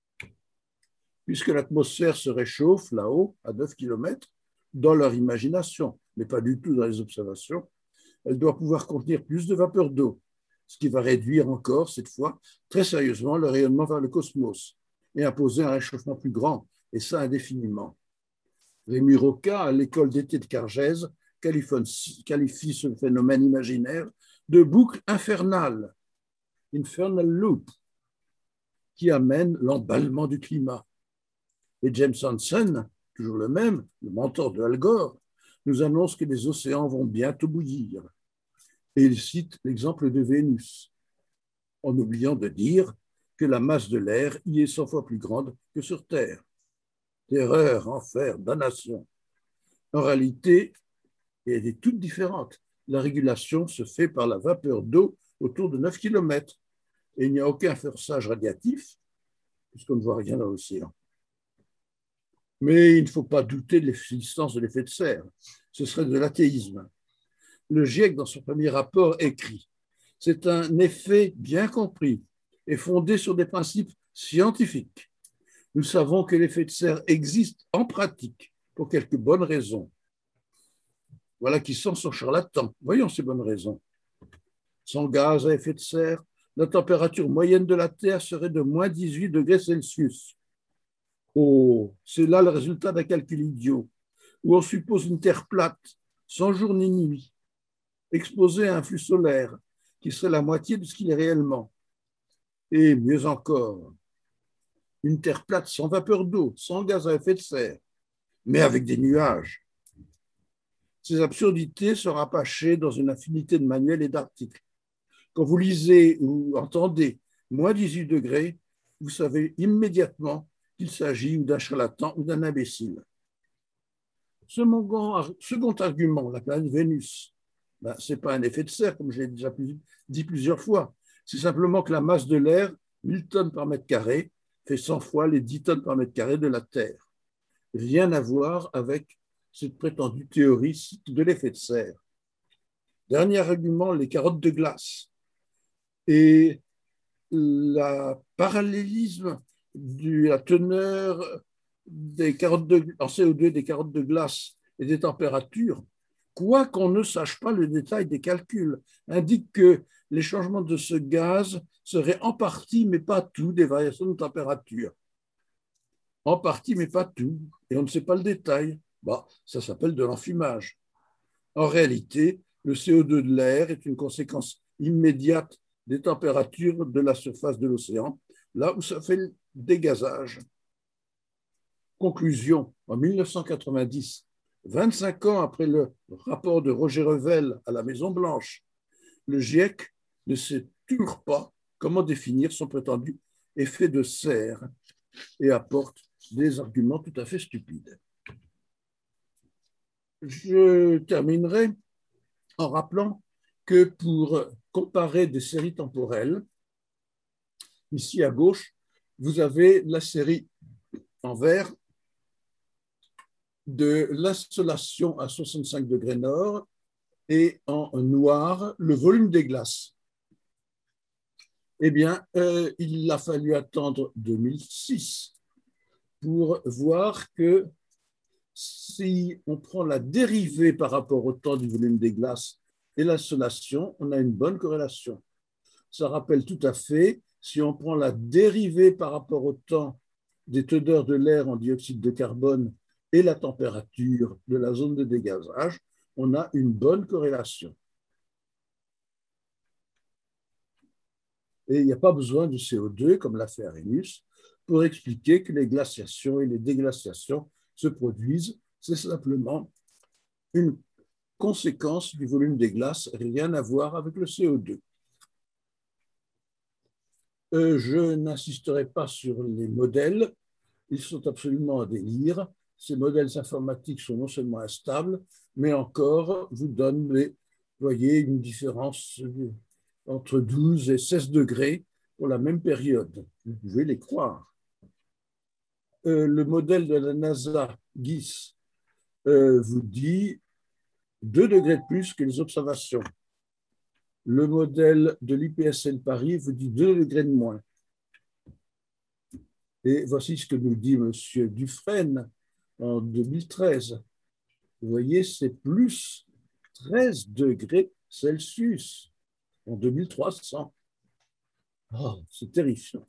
Puisque l'atmosphère se réchauffe là-haut, à neuf kilomètres, dans leur imagination, mais pas du tout dans les observations, elle doit pouvoir contenir plus de vapeur d'eau, ce qui va réduire encore, cette fois, très sérieusement, le rayonnement vers le cosmos et imposer un réchauffement plus grand, et ça indéfiniment. Rémi Roca, à l'école d'été de Cargèse, qualifie ce phénomène imaginaire de boucle infernale, infernal loop, qui amène l'emballement du climat. Et James Hansen, toujours le même, le mentor de Al Gore, nous annonce que les océans vont bientôt bouillir. Et il cite l'exemple de Vénus, en oubliant de dire que la masse de l'air y est cent fois plus grande que sur Terre. Terreur, enfer, damnation. En réalité, elle est toute différente. La régulation se fait par la vapeur d'eau autour de neuf kilomètres et il n'y a aucun forçage radiatif puisqu'on ne voit rien dans l'océan. Mais il ne faut pas douter de l'existence de l'effet de serre. Ce serait de l'athéisme. Le GIEC, dans son premier rapport, écrit « C'est un effet bien compris et fondé sur des principes scientifiques. Nous savons que l'effet de serre existe en pratique pour quelques bonnes raisons. » Voilà qui sent son charlatan. Voyons ces bonnes raisons. Sans gaz à effet de serre, la température moyenne de la Terre serait de moins dix-huit degrés Celsius. Oh, c'est là le résultat d'un calcul idiot, où on suppose une Terre plate, sans jour ni nuit, exposée à un flux solaire qui serait la moitié de ce qu'il est réellement. Et mieux encore, une Terre plate sans vapeur d'eau, sans gaz à effet de serre, mais avec des nuages. Ces absurdités sont rabâchées dans une infinité de manuels et d'articles. Quand vous lisez ou entendez moins dix-huit degrés, vous savez immédiatement qu'il s'agit d'un charlatan ou d'un imbécile. Second, second argument, la planète Vénus, ben, ce n'est pas un effet de serre, comme je l'ai déjà dit plusieurs fois. C'est simplement que la masse de l'air, mille tonnes par mètre carré, fait cent fois les dix tonnes par mètre carré de la Terre. Rien à voir avec cette prétendue théorie de l'effet de serre. Dernier argument, les carottes de glace. Et le parallélisme de la teneur des carottes de, en C O deux des carottes de glace et des températures, quoi qu'on ne sache pas le détail des calculs, indique que les changements de ce gaz seraient en partie, mais pas tout, des variations de température. En partie, mais pas tout. Et on ne sait pas le détail. Bah, ça s'appelle de l'enfumage. En réalité, le C O deux de l'air est une conséquence immédiate des températures de la surface de l'océan, là où ça fait le dégazage. Conclusion, en mille neuf cent quatre-vingt-dix, vingt-cinq ans après le rapport de Roger Revel à la Maison-Blanche, le GIEC ne sait toujours pas comment définir son prétendu effet de serre et apporte des arguments tout à fait stupides. Je terminerai en rappelant que pour comparer des séries temporelles, ici à gauche, vous avez la série en vert de l'insolation à soixante-cinq degrés nord et en noir le volume des glaces. Eh bien, euh, il a fallu attendre deux mille six pour voir que si on prend la dérivée par rapport au temps du volume des glaces et l'insolation, on a une bonne corrélation. Ça rappelle tout à fait, si on prend la dérivée par rapport au temps des teneurs de l'air en dioxyde de carbone et la température de la zone de dégazage, on a une bonne corrélation. Et il n'y a pas besoin de C O deux, comme l'a fait Arrhenius, pour expliquer que les glaciations et les déglaciations se produisent. C'est simplement une conséquence du volume des glaces, rien à voir avec le C O deux. Euh, je n'insisterai pas sur les modèles, ils sont absolument à délire. Ces modèles informatiques sont non seulement instables, mais encore vous donnent, vous voyez, une différence entre douze et seize degrés pour la même période. Vous pouvez les croire. Euh, le modèle de la NASA, GIS, euh, vous dit deux degrés de plus que les observations. Le modèle de l'I P S L Paris vous dit deux degrés de moins. Et voici ce que nous dit M. Dufresne en deux mille treize. Vous voyez, c'est plus treize degrés Celsius en deux mille trois cents. Oh, c'est terrifiant.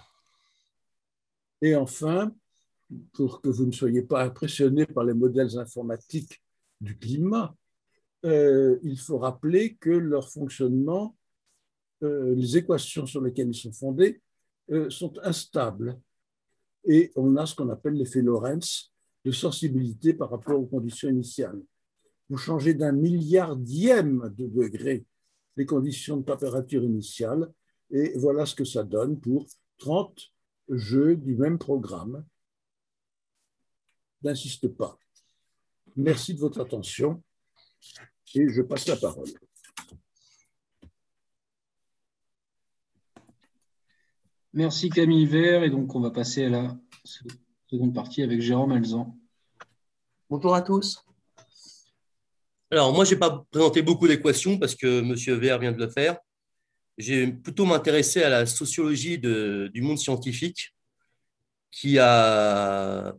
Et enfin, pour que vous ne soyez pas impressionnés par les modèles informatiques du climat, euh, il faut rappeler que leur fonctionnement, euh, les équations sur lesquelles ils sont fondés, euh, sont instables. Et on a ce qu'on appelle l'effet Lorentz de sensibilité par rapport aux conditions initiales. Vous changez d'un milliardième de degré les conditions de température initiale, et voilà ce que ça donne pour trente jeux du même programme. N'insiste pas. Merci de votre attention et je passe la parole. Merci Camille Vert, et donc on va passer à la seconde partie avec Jérôme Alzan. Bonjour à tous. Alors, moi, je n'ai pas présenté beaucoup d'équations parce que M. Vert vient de le faire. J'ai plutôt m'intéresser à la sociologie de, du monde scientifique qui a,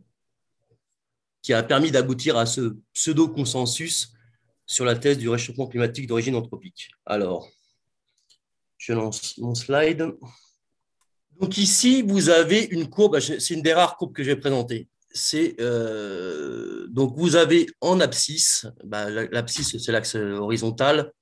qui a permis d'aboutir à ce pseudo-consensus sur la thèse du réchauffement climatique d'origine anthropique. Alors, je lance mon slide. Donc ici, vous avez une courbe, c'est une des rares courbes que je vais présenter. C'est euh, donc vous avez en abscisse, bah, l'abscisse c'est l'axe horizontal,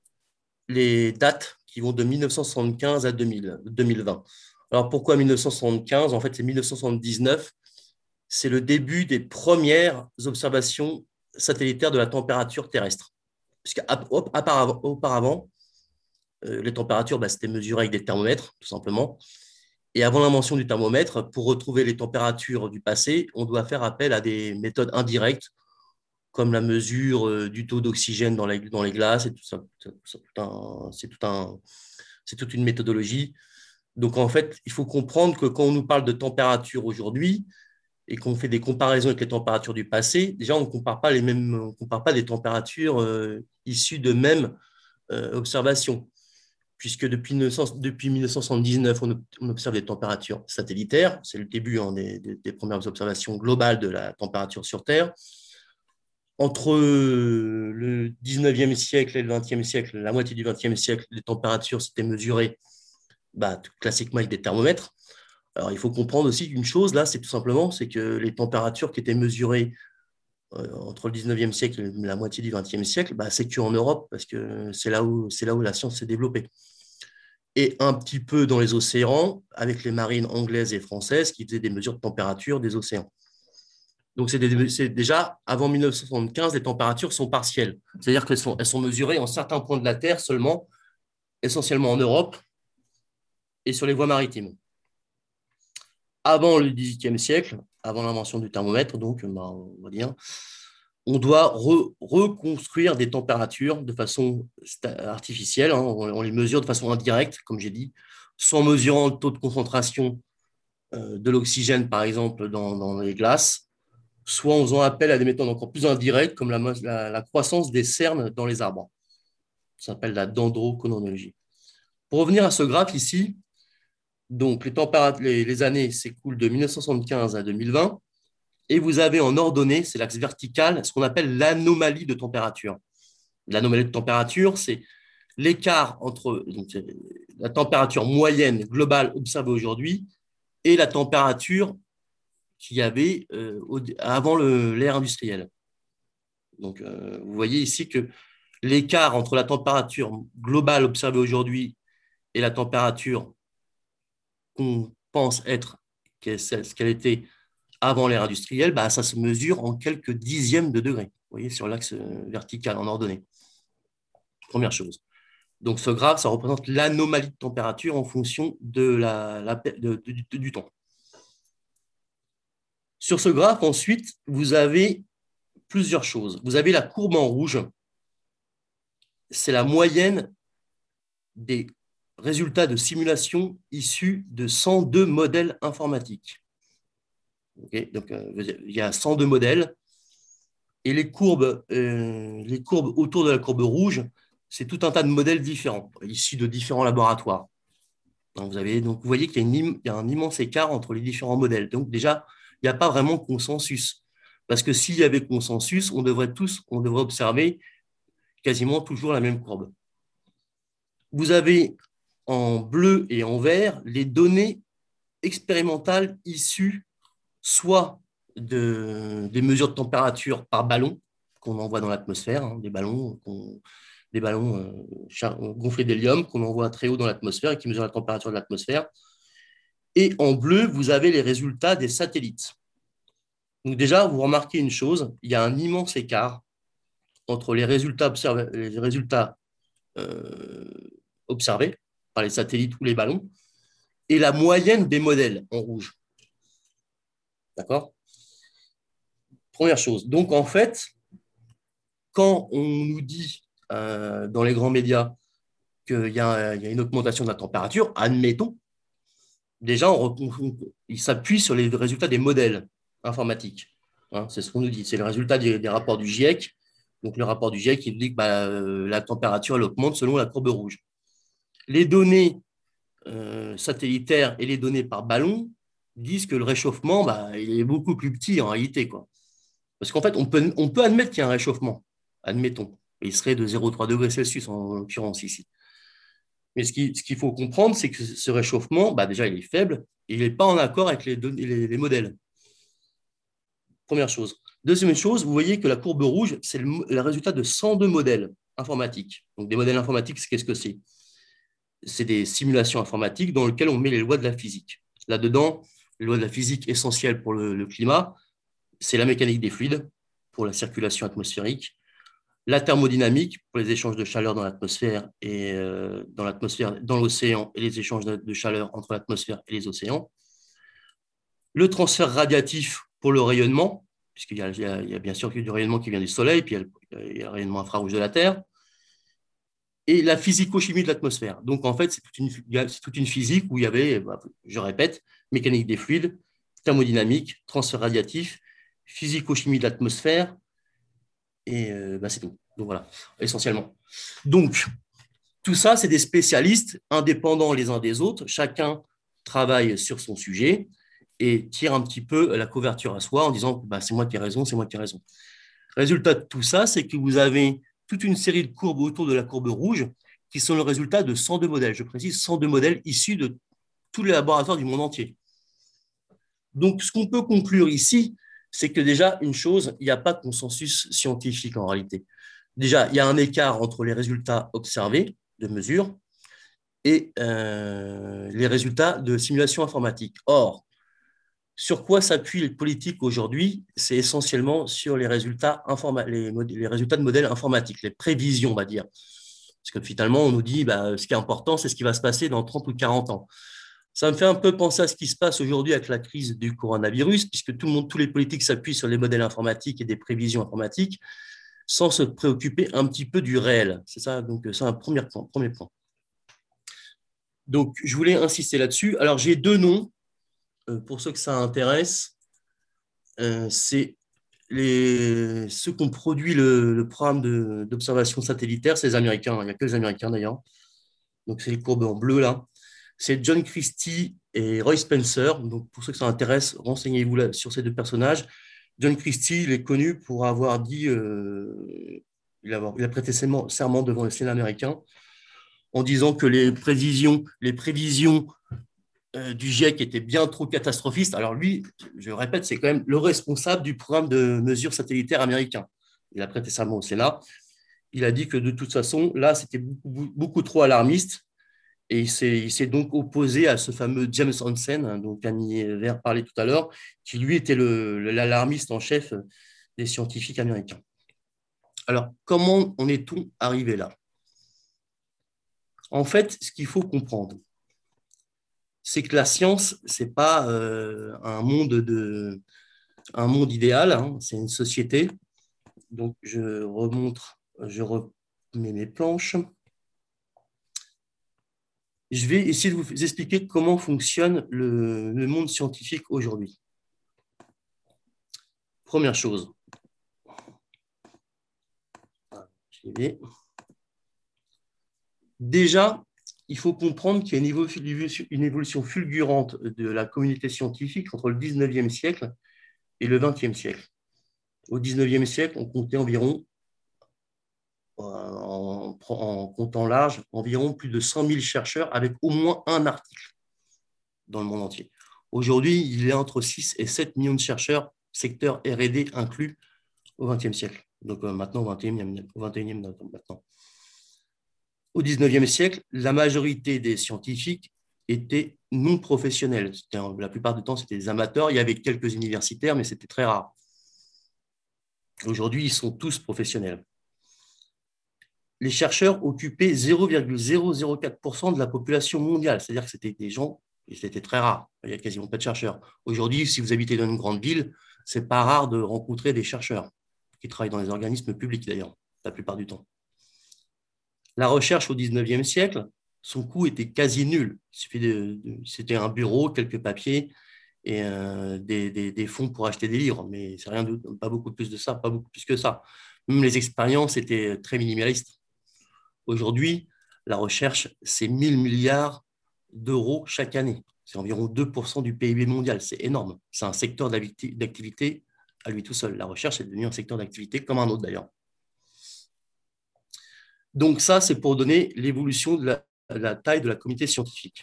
les dates qui vont de mille neuf cent soixante-quinze à deux mille, deux mille vingt. Alors pourquoi mille neuf cent soixante-quinze? En fait, c'est mille neuf cent soixante-dix-neuf, c'est le début des premières observations satellitaires de la température terrestre. Puisqu'auparavant, euh, les températures, bah, c'était mesuré avec des thermomètres, tout simplement. Et avant l'invention du thermomètre, pour retrouver les températures du passé, on doit faire appel à des méthodes indirectes, comme la mesure du taux d'oxygène dans les, dans les glaces, et tout ça. C'est tout un, c'est tout un, c'est toute une méthodologie. Donc, en fait, il faut comprendre que quand on nous parle de température aujourd'hui et qu'on fait des comparaisons avec les températures du passé, déjà, on ne compare pas les mêmes, on compare pas des températures euh, issues de mêmes euh, observations. Puisque depuis, depuis mille neuf cent soixante-dix-neuf, on, on observe des températures satellitaires. C'est le début hein, des, des, des premières observations globales de la température sur Terre. Entre le dix-neuvième siècle et le vingtième siècle, la moitié du vingtième siècle, les températures s'étaient mesurées bah, classiquement avec des thermomètres. Alors, il faut comprendre aussi une chose, là, c'est tout simplement c'est que les températures qui étaient mesurées euh, entre le dix-neuvième siècle et la moitié du vingtième siècle, bah, c'est qu'en Europe, parce que c'est là où, c'est là où la science s'est développée. Et un petit peu dans les océans, avec les marines anglaises et françaises qui faisaient des mesures de température des océans. Donc, c'est, des, c'est déjà, avant mille neuf cent soixante-quinze, les températures sont partielles. C'est-à-dire qu'elles sont, elles sont mesurées en certains points de la Terre seulement, essentiellement en Europe et sur les voies maritimes. Avant le dix-huitième siècle, avant l'invention du thermomètre, donc, ben, on va dire, on doit re, reconstruire des températures de façon artificielle. Hein, on, on les mesure de façon indirecte, comme j'ai dit, soit en mesurant le taux de concentration euh, de l'oxygène, par exemple, dans, dans les glaces, soit en faisant appel à des méthodes encore plus indirectes, comme la, la, la croissance des cernes dans les arbres. Ça s'appelle la dendrochronologie. Pour revenir à ce graphe ici, donc les, les, les années s'écoulent de mille neuf cent soixante-quinze à deux mille vingt, et vous avez en ordonnée, c'est l'axe vertical, ce qu'on appelle l'anomalie de température. L'anomalie de température, c'est l'écart entre donc, la température moyenne globale observée aujourd'hui et la température qu'il y avait euh, au, avant l'ère industrielle. Donc, euh, vous voyez ici que l'écart entre la température globale observée aujourd'hui et la température qu'on pense être ce qu'elle était avant l'ère industrielle, bah, ça se mesure en quelques dixièmes de degrés, vous voyez, sur l'axe vertical en ordonnée. Première chose. Donc, ce graphe, ça représente l'anomalie de température en fonction de la, la, de, de, de, du temps. Sur ce graphe, ensuite, vous avez plusieurs choses. Vous avez la courbe en rouge. C'est la moyenne des résultats de simulation issus de cent deux modèles informatiques. Okay, donc, euh, il y a cent deux modèles. Et les courbes, euh, les courbes autour de la courbe rouge, c'est tout un tas de modèles différents, issus de différents laboratoires. Donc, vous, avez, donc, vous voyez qu'il y, y a un immense écart entre les différents modèles. Donc, déjà, il n'y a pas vraiment de consensus. Parce que s'il y avait consensus, on devrait tous, on devrait observer quasiment toujours la même courbe. Vous avez en bleu et en vert les données expérimentales issues soit de, des mesures de température par ballon qu'on envoie dans l'atmosphère, hein, des ballons, des ballons euh, gonflés d'hélium qu'on envoie très haut dans l'atmosphère et qui mesurent la température de l'atmosphère. Et en bleu, vous avez les résultats des satellites. Donc déjà, vous remarquez une chose, il y a un immense écart entre les résultats, observ... les résultats euh, observés par les satellites ou les ballons et la moyenne des modèles en rouge. D'accord ? Première chose. Donc, en fait, quand on nous dit euh, dans les grands médias qu'il y, y a une augmentation de la température, admettons, déjà, on, on, il s'appuie sur les résultats des modèles informatiques. Hein, c'est ce qu'on nous dit. C'est le résultat des, des rapports du GIEC. Donc, le rapport du GIEC, il dit que bah, euh, la température elle augmente selon la courbe rouge. Les données euh, satellitaires et les données par ballon disent que le réchauffement, bah, il est beaucoup plus petit en réalité, quoi. Parce qu'en fait, on peut, on peut admettre qu'il y a un réchauffement, admettons. Il serait de zéro virgule trois degrés Celsius en l'occurrence ici. Mais ce qu'il ce qu'il faut comprendre, c'est que ce réchauffement, bah, déjà, il est faible et il n'est pas en accord avec les, les, les modèles. Première chose. Deuxième chose, vous voyez que la courbe rouge, c'est le, le résultat de cent deux modèles informatiques. Donc, des modèles informatiques, qu'est-ce que c'est? C'est des simulations informatiques dans lesquelles on met les lois de la physique. Là-dedans, les lois de la physique essentielles pour le, le climat, c'est la mécanique des fluides pour la circulation atmosphérique, la thermodynamique pour les échanges de chaleur dans l'atmosphère et euh, dans l'atmosphère, dans l'océan et les échanges de, de chaleur entre l'atmosphère et les océans, le transfert radiatif pour le rayonnement, puisqu'il y a, il y a, il y a bien sûr du rayonnement qui vient du Soleil, puis il y a, il y a le rayonnement infrarouge de la Terre, et la physico-chimie de l'atmosphère. Donc, en fait, c'est toute, une, c'est toute une physique où il y avait, je répète, mécanique des fluides, thermodynamique, transfert radiatif, physico-chimie de l'atmosphère, et euh, bah, c'est tout. Donc, voilà, essentiellement. Donc, tout ça, c'est des spécialistes indépendants les uns des autres. Chacun travaille sur son sujet et tire un petit peu la couverture à soi en disant bah, c'est moi qui ai raison, c'est moi qui ai raison. Résultat de tout ça, c'est que vous avez toute une série de courbes autour de la courbe rouge qui sont le résultat de cent deux modèles. Je précise, cent deux modèles issus de tous les laboratoires du monde entier. Donc, ce qu'on peut conclure ici, c'est que déjà, une chose, il n'y a pas de consensus scientifique en réalité. Déjà, il y a un écart entre les résultats observés de mesure et euh, les résultats de simulation informatique. Or, sur quoi s'appuient les politiques aujourd'hui? C'est essentiellement sur les résultats, les, les résultats de modèles informatiques, les prévisions, on va dire. Parce que finalement, on nous dit bah, ce qui est important, c'est ce qui va se passer dans trente ou quarante ans. Ça me fait un peu penser à ce qui se passe aujourd'hui avec la crise du coronavirus, puisque tout le monde, tous les politiques s'appuient sur les modèles informatiques et des prévisions informatiques sans se préoccuper un petit peu du réel. C'est ça, donc c'est un premier point. Premier point. Donc, je voulais insister là-dessus. Alors, j'ai deux noms euh, pour ceux que ça intéresse, euh, c'est les, ceux qui ont produit le, le programme d'observation satellitaire, c'est les Américains. Il n'y a que les Américains d'ailleurs. Donc, c'est les courbes en bleu là. C'est John Christie et Roy Spencer. Donc, pour ceux que ça intéresse, renseignez-vous sur ces deux personnages. John Christie, il est connu pour avoir dit, euh, il, a, il a prêté serment devant le Sénat américain en disant que les prévisions, les prévisions euh, du GIEC étaient bien trop catastrophistes. Alors lui, je le répète, c'est quand même le responsable du programme de mesures satellitaires américain. Il a prêté serment au Sénat. Il a dit que de toute façon, là, c'était beaucoup, beaucoup trop alarmiste. Et il s'est donc opposé à ce fameux James Hansen, hein, dont Camille Vert parlait tout à l'heure, qui lui était l'alarmiste en chef des scientifiques américains. Alors, comment en est-on arrivé là? En fait, ce qu'il faut comprendre, c'est que la science, ce n'est pas euh, un, monde de, un monde idéal, hein, c'est une société. Donc, je remontre, je remets mes planches. Je vais essayer de vous expliquer comment fonctionne le, le monde scientifique aujourd'hui. Première chose. J'y vais. Déjà, il faut comprendre qu'il y a une évolution, une évolution fulgurante de la communauté scientifique entre le dix-neuvième siècle et le vingtième siècle. Au dix-neuvième siècle, on comptait environ, en, en comptant large, environ plus de cent mille chercheurs avec au moins un article dans le monde entier. Aujourd'hui, il y a entre six et sept millions de chercheurs, secteur R et D inclus, au vingtième siècle. Donc euh, maintenant, au vingt et unième, au vingt et unième maintenant. Au dix-neuvième siècle, la majorité des scientifiques étaient non professionnels. La plupart du temps, c'était des amateurs. Il y avait quelques universitaires, mais c'était très rare. Aujourd'hui, ils sont tous professionnels. Les chercheurs occupaient zéro virgule zéro zéro quatre pour cent de la population mondiale. C'est-à-dire que c'était des gens, et c'était très rare. Il n'y a quasiment pas de chercheurs. Aujourd'hui, si vous habitez dans une grande ville, ce n'est pas rare de rencontrer des chercheurs qui travaillent dans les organismes publics, d'ailleurs, la plupart du temps. La recherche au dix-neuvième siècle, son coût était quasi nul. C'était un bureau, quelques papiers et euh, des, des, des fonds pour acheter des livres, mais c'est rien de, pas beaucoup plus de ça, pas beaucoup plus que ça. Même les expériences étaient très minimalistes. Aujourd'hui, la recherche, c'est mille milliards d'euros chaque année. C'est environ deux pour cent du P I B mondial. C'est énorme. C'est un secteur d'activité à lui tout seul. La recherche est devenue un secteur d'activité comme un autre d'ailleurs. Donc ça, c'est pour donner l'évolution de la, de la taille de la communauté scientifique.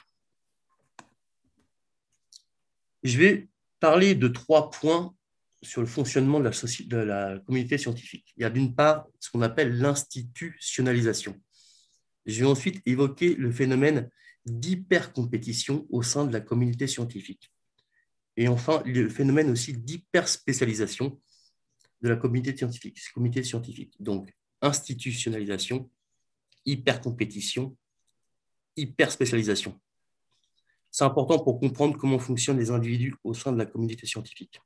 Je vais parler de trois points sur le fonctionnement de la, de la communauté scientifique. Il y a d'une part ce qu'on appelle l'institutionnalisation. Je vais ensuite évoquer le phénomène d'hypercompétition au sein de la communauté scientifique. Et enfin, le phénomène aussi d'hyperspécialisation de la communauté scientifique. Communauté scientifique. Donc, institutionnalisation, hypercompétition, hyperspécialisation. C'est important pour comprendre comment fonctionnent les individus au sein de la communauté scientifique.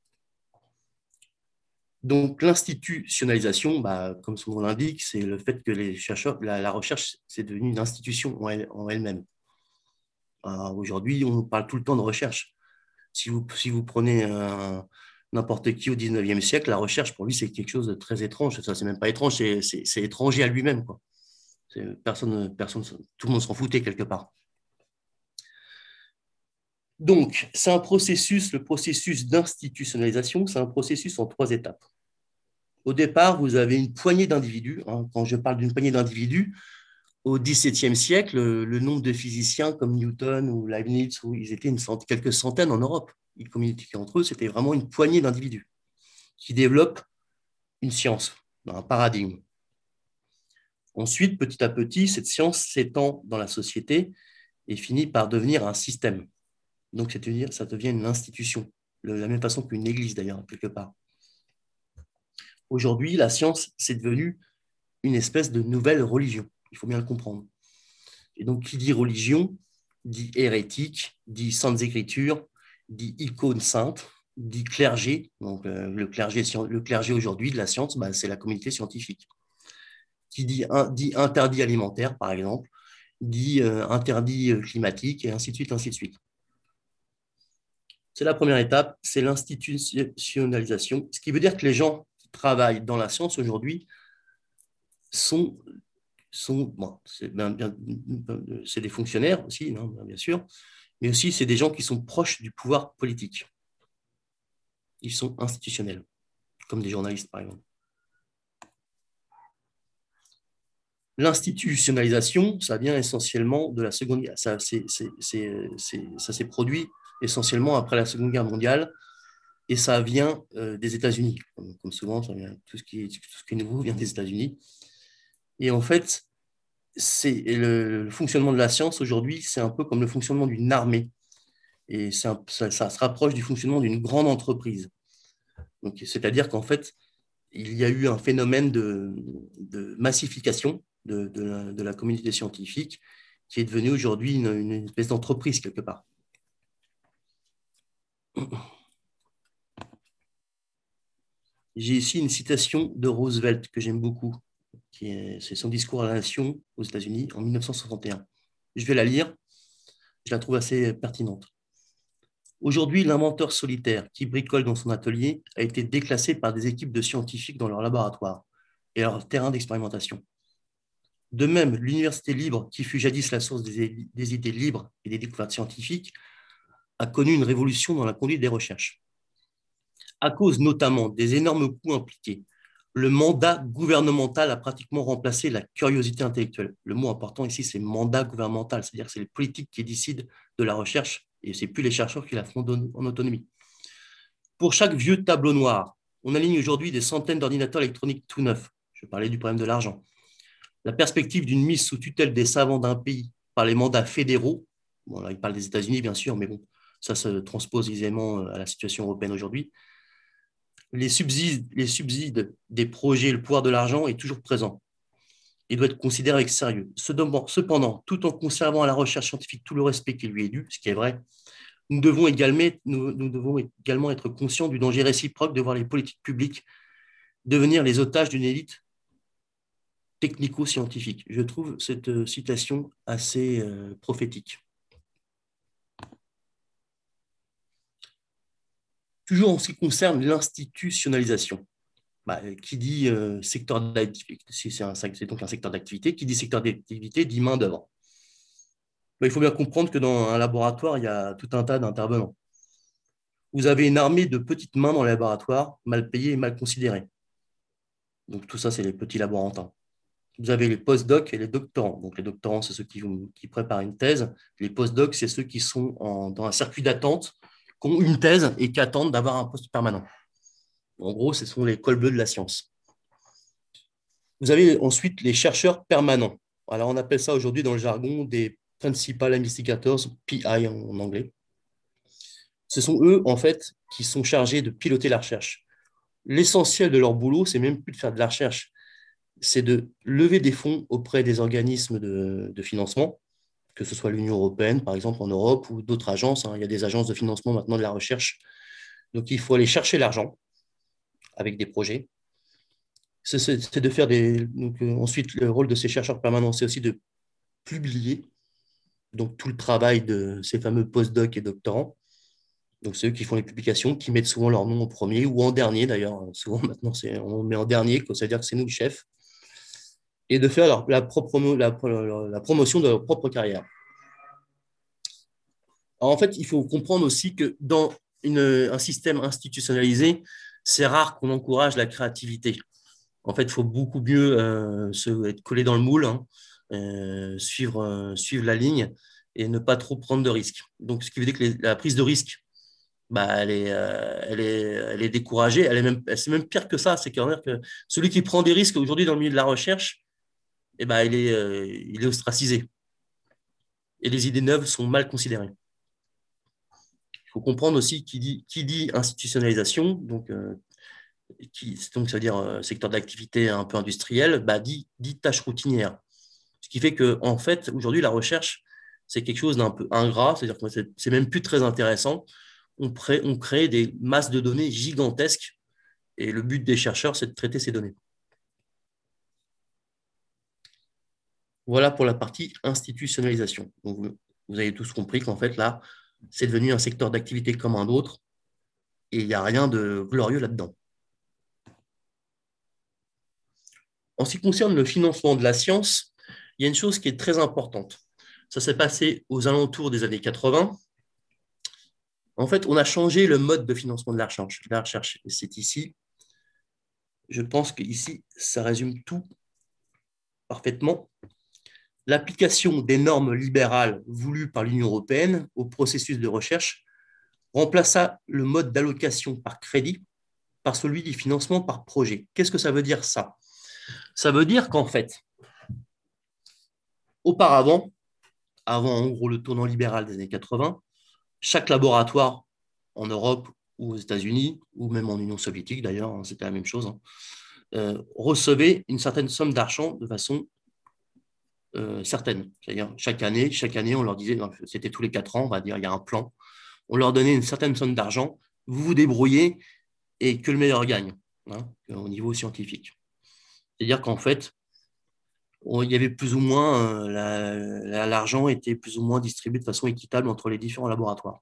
Donc, l'institutionnalisation, bah, comme son nom l'indique, c'est le fait que les chercheurs, la, la recherche, c'est devenu une institution en, elle, en elle-même. Aujourd'hui, on parle tout le temps de recherche. Si vous, si vous prenez n'importe qui au dix-neuvième siècle, la recherche, pour lui, c'est quelque chose de très étrange. Ça, c'est même pas étrange, c'est étranger à lui-même, quoi. Personne, personne, tout le monde s'en foutait quelque part. Donc, c'est un processus, le processus d'institutionnalisation, c'est un processus en trois étapes. Au départ, vous avez une poignée d'individus. Hein, quand je parle d'une poignée d'individus, au dix-septième siècle, le nombre de physiciens comme Newton ou Leibniz, où ils étaient une centaine, quelques centaines en Europe. Ils communiquaient entre eux, c'était vraiment une poignée d'individus qui développent une science, un paradigme. Ensuite, petit à petit, cette science s'étend dans la société et finit par devenir un système. Donc, c'est-à-dire, ça devient une institution, de la même façon qu'une église, d'ailleurs, quelque part. Aujourd'hui, la science, c'est devenu une espèce de nouvelle religion. Il faut bien le comprendre. Et donc, qui dit religion, dit hérétique, dit saintes écritures, dit icônes saintes, dit clergé. Donc, euh, le clergé, le clergé aujourd'hui de la science, bah, c'est la communauté scientifique. Qui dit, un, dit interdit alimentaire, par exemple, dit euh, interdit climatique, et ainsi de suite, ainsi de suite. C'est la première étape, c'est l'institutionnalisation, ce qui veut dire que les gens qui travaillent dans la science aujourd'hui sont, sont bon, c'est bien, bien, c'est des fonctionnaires aussi, non, bien sûr, mais aussi c'est des gens qui sont proches du pouvoir politique. Ils sont institutionnels, comme des journalistes, par exemple. L'institutionnalisation, ça vient essentiellement de la Seconde Guerre. Ça, c'est, c'est, c'est, c'est, ça s'est produit essentiellement après la Seconde Guerre mondiale et ça vient euh, des États-Unis. Comme, comme souvent, ça vient, tout, ce qui est, tout ce qui est nouveau vient des États-Unis. Et en fait, c'est, le, le fonctionnement de la science aujourd'hui, c'est un peu comme le fonctionnement d'une armée. Et c'est un, ça, ça se rapproche du fonctionnement d'une grande entreprise. Donc, c'est-à-dire qu'en fait, il y a eu un phénomène de, de massification de, de, la, de la communauté scientifique qui est devenue aujourd'hui une, une espèce d'entreprise quelque part. J'ai ici une citation de Roosevelt que j'aime beaucoup. C'est son discours à la nation aux États-Unis en mille neuf cent soixante et un. Je vais la lire, je la trouve assez pertinente. Aujourd'hui, l'inventeur solitaire qui bricole dans son atelier a été déclassé par des équipes de scientifiques dans leur laboratoire et leur terrain d'expérimentation. De même, l'université libre, qui fut jadis la source des, des idées libres et des découvertes scientifiques, a connu une révolution dans la conduite des recherches. À cause notamment des énormes coûts impliqués, le mandat gouvernemental a pratiquement remplacé la curiosité intellectuelle. Le mot important ici, c'est mandat gouvernemental, c'est-à-dire que c'est les politiques qui décident de la recherche et ce n'est plus les chercheurs qui la font en autonomie. Pour chaque vieux tableau noir, on aligne aujourd'hui des centaines d'ordinateurs électroniques tout neufs. Je parlais du problème de l'argent. La perspective d'une mise sous tutelle des savants d'un pays par les mandats fédéraux, bon, là, il parle des États-Unis, bien sûr, mais bon, ça se transpose aisément à la situation européenne aujourd'hui. Les subsides, les subsides des projets, le pouvoir de l'argent est toujours présent. Il doit être considéré avec sérieux. Cependant, tout en conservant à la recherche scientifique tout le respect qui lui est dû, ce qui est vrai, nous devons également, nous, nous devons également être conscients du danger réciproque de voir les politiques publiques devenir les otages d'une élite technico-scientifique. Je trouve cette citation assez euh, prophétique. Toujours en ce qui concerne l'institutionnalisation, bah, qui dit euh, secteur d'activité, c'est donc un secteur d'activité, qui dit secteur d'activité dit main d'œuvre. Bah, il faut bien comprendre que dans un laboratoire, il y a tout un tas d'intervenants. Vous avez une armée de petites mains dans le laboratoire, mal payées et mal considérées. Donc tout ça, c'est les petits laborantins. Vous avez les post-docs et les doctorants. Donc les doctorants, c'est ceux qui, qui préparent une thèse. Les post-docs, c'est ceux qui sont en, dans un circuit d'attente, qui ont une thèse et qui attendent d'avoir un poste permanent. En gros, ce sont les cols bleus de la science. Vous avez ensuite les chercheurs permanents. Alors, on appelle ça aujourd'hui dans le jargon des Principal Investigators, P I en anglais. Ce sont eux, en fait, qui sont chargés de piloter la recherche. L'essentiel de leur boulot, c'est même plus de faire de la recherche, c'est de lever des fonds auprès des organismes de, de financement, que ce soit l'Union européenne, par exemple, en Europe, ou d'autres agences. Hein. Il y a des agences de financement maintenant de la recherche. Donc, il faut aller chercher l'argent avec des projets. C'est de faire des... Donc, euh, ensuite, le rôle de ces chercheurs permanents, c'est aussi de publier donc, tout le travail de ces fameux post-docs et doctorants. Donc, c'est eux qui font les publications, qui mettent souvent leur nom en premier ou en dernier, d'ailleurs. Souvent, maintenant, on met en dernier, c'est-à-dire que c'est nous le chef. Et de faire leur, la, propre, la, la promotion de leur propre carrière. Alors, en fait, il faut comprendre aussi que dans une, un système institutionnalisé, c'est rare qu'on encourage la créativité. En fait, il faut beaucoup mieux euh, se, être collé dans le moule, hein, euh, suivre, euh, suivre la ligne et ne pas trop prendre de risques. Donc, ce qui veut dire que les, la prise de risque, bah, elle, est, euh, elle, est, elle est découragée. Elle est même, c'est même pire que ça. C'est que celui qui prend des risques aujourd'hui dans le milieu de la recherche, eh ben, il, est, euh, il est ostracisé. Et les idées neuves sont mal considérées. Il faut comprendre aussi qui dit, qui dit institutionnalisation, donc, euh, qui, donc ça veut dire euh, secteur d'activité un peu industriel, bah, dit, dit tâche routinière. Ce qui fait qu'en en fait, aujourd'hui, la recherche, c'est quelque chose d'un peu ingrat, c'est-à-dire que c'est, c'est même plus très intéressant. On, pré, on crée des masses de données gigantesques et le but des chercheurs, c'est de traiter ces données. Voilà pour la partie institutionnalisation. Donc, vous, vous avez tous compris qu'en fait, là, C'est devenu un secteur d'activité comme un autre et il n'y a rien de glorieux là-dedans. En ce qui concerne le financement de la science, il y a une chose qui est très importante. Ça s'est passé aux alentours des années quatre-vingts. En fait, on a changé le mode de financement de la recherche. La recherche, c'est ici. Je pense qu'ici, ça résume tout parfaitement. L'application des normes libérales voulues par l'Union européenne au processus de recherche remplaça le mode d'allocation par crédit par celui du financement par projet. Qu'est-ce que ça veut dire ça? Ça veut dire qu'en fait, auparavant, avant en gros le tournant libéral des années quatre-vingts, chaque laboratoire en Europe ou aux États-Unis, ou même en Union soviétique d'ailleurs, hein, c'était la même chose, hein, euh, recevait une certaine somme d'argent de façon euh, certaine. C'est-à-dire chaque année, chaque année, on leur disait, c'était tous les quatre ans, on va dire, il y a un plan, on leur donnait une certaine somme d'argent, vous vous débrouillez et que le meilleur gagne, hein, au niveau scientifique. C'est-à-dire qu'en fait, il y avait plus ou moins, euh, l'argent était plus ou moins distribué de façon équitable entre les différents laboratoires.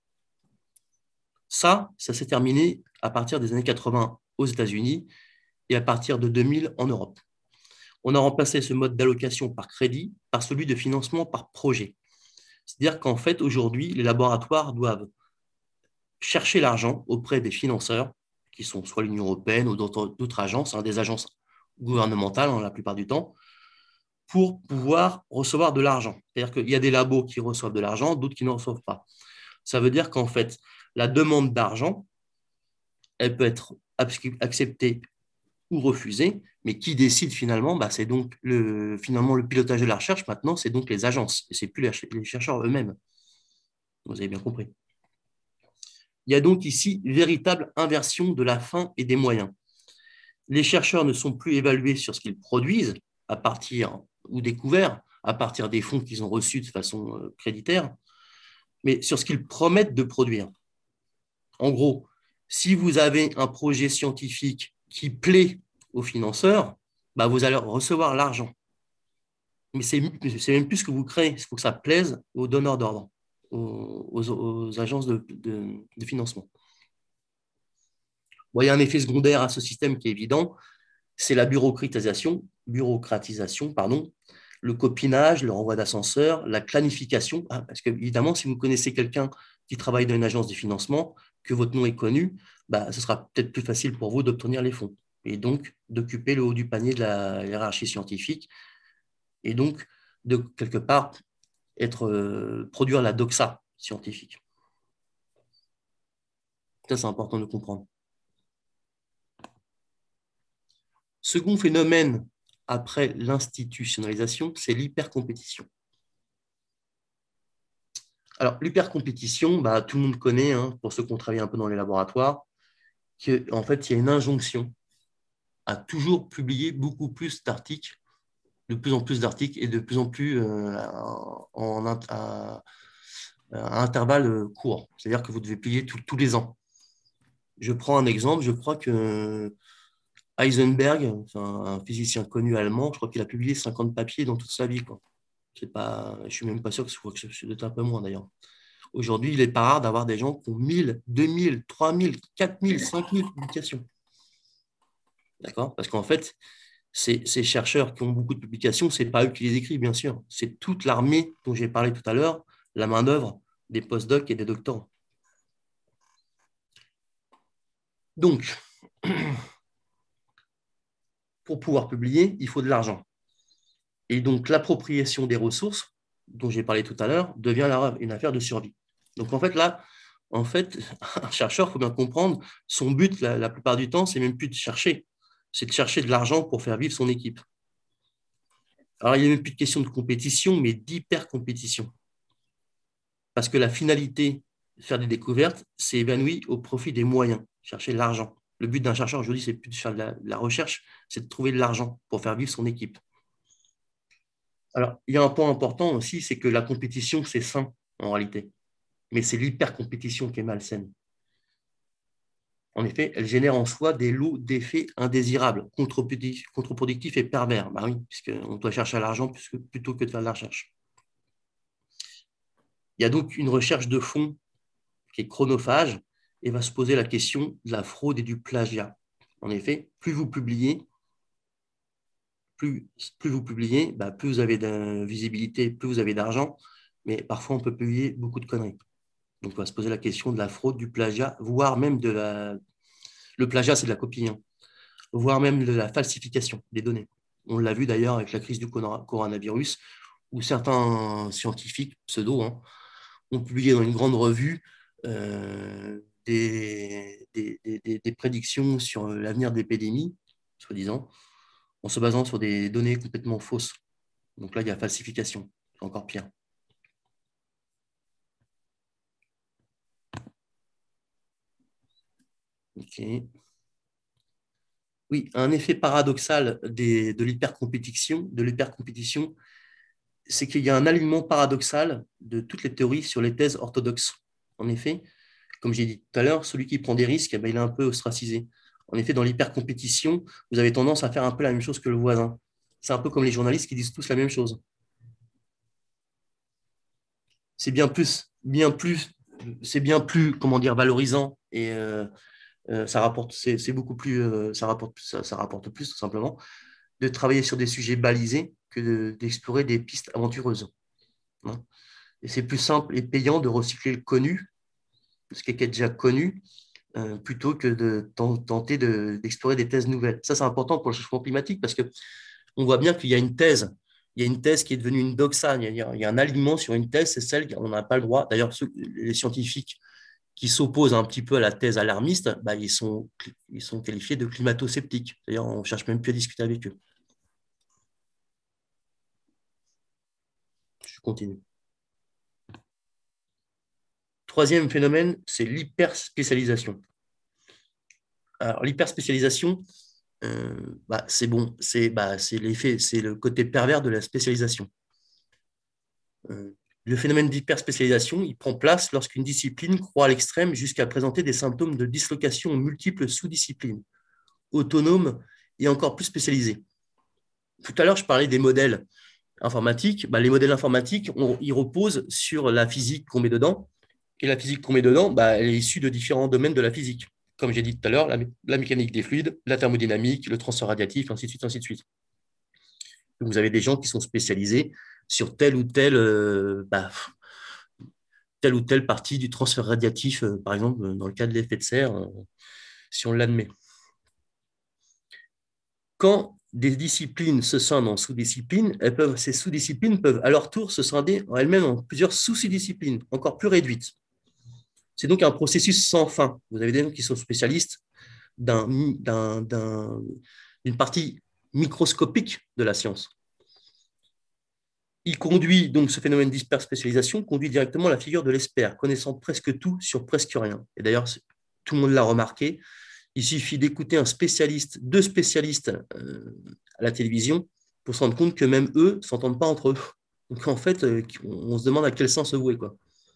Ça, ça s'est terminé à partir des années quatre-vingts aux États-Unis et à partir de deux mille en Europe. On a remplacé ce mode d'allocation par crédit par celui de financement par projet. C'est-à-dire qu'en fait, aujourd'hui, les laboratoires doivent chercher l'argent auprès des financeurs, qui sont soit l'Union européenne ou d'autres agences, hein, des agences gouvernementales hein, la plupart du temps, pour pouvoir recevoir de l'argent. C'est-à-dire qu'il y a des labos qui reçoivent de l'argent, d'autres qui n'en reçoivent pas. Ça veut dire qu'en fait, la demande d'argent, elle peut être acceptée ou refusée, mais qui décide finalement, bah, c'est donc le, finalement le pilotage de la recherche, maintenant, c'est donc les agences, et ce n'est plus les chercheurs eux-mêmes. Vous avez bien compris. Il y a donc ici une véritable inversion de la fin et des moyens. Les chercheurs ne sont plus évalués sur ce qu'ils produisent à partir, ou découverts, à partir des fonds qu'ils ont reçus de façon créditaire, mais sur ce qu'ils promettent de produire. En gros, si vous avez un projet scientifique qui plaît aux financeurs, bah vous allez recevoir l'argent. Mais c'est même plus ce que vous créez, il faut que ça plaise aux donneurs d'ordre, aux, aux, aux agences de, de, de financement. Bon, il y a un effet secondaire à ce système qui est évident, c'est la bureaucratisation, bureaucratisation pardon, le copinage, le renvoi d'ascenseur, la planification. Ah, parce que, évidemment, si vous connaissez quelqu'un qui travaille dans une agence de financement, que votre nom est connu, bah, ce sera peut-être plus facile pour vous d'obtenir les fonds et donc d'occuper le haut du panier de la hiérarchie scientifique et donc de quelque part être, euh, produire la doxa scientifique. Ça, c'est important de comprendre. Second phénomène après l'institutionnalisation, c'est l'hypercompétition. Alors, l'hypercompétition, bah, tout le monde connaît, hein, pour ceux qui ont travaillé un peu dans les laboratoires, qu'en fait, il y a une injonction à toujours publier beaucoup plus d'articles, de plus en plus d'articles et de plus en plus euh, en, à, à, à intervalles courts. C'est-à-dire que vous devez publier tout, tous les ans. Je prends un exemple, je crois que Heisenberg, un physicien connu allemand, je crois qu'il a publié cinquante papiers dans toute sa vie, quoi. Pas, je ne suis même pas sûr que ce doit être un peu moins d'ailleurs. Aujourd'hui, il n'est pas rare d'avoir des gens qui ont mille, deux mille, trois mille, quatre mille, cinq mille publications. D'accord? Parce qu'en fait, ces, ces chercheurs qui ont beaucoup de publications, ce n'est pas eux qui les écrivent, bien sûr. C'est toute l'armée dont j'ai parlé tout à l'heure, la main-d'œuvre des post-docs et des doctorants. Donc, pour pouvoir publier, il faut de l'argent. Et donc, l'appropriation des ressources, dont j'ai parlé tout à l'heure, devient une affaire de survie. Donc, en fait, là, en fait, un chercheur, il faut bien comprendre, son but, la, la plupart du temps, c'est même plus de chercher, c'est de chercher de l'argent pour faire vivre son équipe. Alors, il n'y a même plus de question de compétition, mais d'hyper-compétition. Parce que la finalité de faire des découvertes, c'est évanoui au profit des moyens, chercher de l'argent. Le but d'un chercheur aujourd'hui, c'est plus de faire de la, de la recherche, c'est de trouver de l'argent pour faire vivre son équipe. Alors, il y a un point important aussi, c'est que la compétition, c'est sain en réalité, mais c'est l'hyper-compétition qui est malsaine. En effet, elle génère en soi des lots d'effets indésirables, contre-productifs et pervers. Bah oui, puisqu'on doit chercher à l'argent plutôt que de faire de la recherche. Il y a donc une recherche de fond qui est chronophage, et va se poser la question de la fraude et du plagiat. En effet, plus vous publiez, plus, plus vous publiez, bah, plus vous avez de visibilité, plus vous avez d'argent, mais parfois on peut publier beaucoup de conneries. Donc, on va se poser la question de la fraude, du plagiat, voire même de la… Le plagiat, c'est de la copie, hein, voire même de la falsification des données. On l'a vu d'ailleurs avec la crise du coronavirus, où certains scientifiques, pseudo, hein, ont publié dans une grande revue euh, des, des, des, des prédictions sur l'avenir de l'épidémie, soi-disant, en se basant sur des données complètement fausses. Donc là, il y a falsification, c'est encore pire. Ok. Oui, un effet paradoxal des, de l'hypercompétition, de l'hypercompétition, c'est qu'il y a un alignement paradoxal de toutes les théories sur les thèses orthodoxes. En effet, comme j'ai dit tout à l'heure, celui qui prend des risques, eh bien, il est un peu ostracisé. En effet, dans l'hypercompétition, vous avez tendance à faire un peu la même chose que le voisin. C'est un peu comme les journalistes qui disent tous la même chose. C'est bien plus, bien plus, c'est bien plus, comment dire, valorisant et euh, euh, ça rapporte, c'est, c'est beaucoup plus, euh, ça rapporte, ça, ça rapporte plus tout simplement de travailler sur des sujets balisés que de, d'explorer des pistes aventureuses. Hein. Et c'est plus simple et payant de recycler le connu, ce qui est déjà connu, euh, plutôt que de tenter de, d'explorer des thèses nouvelles. Ça, c'est important pour le changement climatique parce qu'on voit bien qu'il y a une thèse, il y a une thèse qui est devenue une doxa, il y a, il y a un alignement sur une thèse, c'est celle qu'on n'a pas le droit. D'ailleurs, ceux, les scientifiques qui s'opposent un petit peu à la thèse alarmiste, bah, ils, sont, ils sont qualifiés de climato-sceptiques. D'ailleurs, on ne cherche même plus à discuter avec eux. Je continue. Troisième phénomène, c'est l'hyperspécialisation. Alors, l'hyperspécialisation, euh, bah, c'est bon, c'est bah, l'effet, c'est le côté pervers de la spécialisation. Euh, le phénomène d'hyperspécialisation, il prend place lorsqu'une discipline croît à l'extrême jusqu'à présenter des symptômes de dislocation aux multiples sous-disciplines, autonomes et encore plus spécialisées. Tout à l'heure, je parlais des modèles informatiques. Bah, les modèles informatiques, on, ils reposent sur la physique qu'on met dedans. Et la physique qu'on met dedans, bah, elle est issue de différents domaines de la physique. Comme j'ai dit tout à l'heure, la, la mécanique des fluides, la thermodynamique, le transfert radiatif, ainsi de suite, ainsi de suite. Vous avez des gens qui sont spécialisés sur telle ou telle, euh, bah, telle ou telle partie du transfert radiatif, euh, par exemple, dans le cas de l'effet de serre, euh, si on l'admet. Quand des disciplines se scindent en sous-disciplines, elles peuvent, ces sous-disciplines peuvent à leur tour se scinder en elles-mêmes en plusieurs sous-disciplines, encore plus réduites. C'est donc un processus sans fin. Vous avez des gens qui sont spécialistes d'un, d'un, d'un, d'une partie microscopique de la science. Il conduit, donc ce phénomène d'hyperspécialisation conduit directement à la figure de l'expert, connaissant presque tout sur presque rien. Et d'ailleurs, tout le monde l'a remarqué, il suffit d'écouter un spécialiste, deux spécialistes euh, à la télévision pour se rendre compte que même eux ne s'entendent pas entre eux. Donc en fait, euh, on se demande à quel sens se vouer, quoi.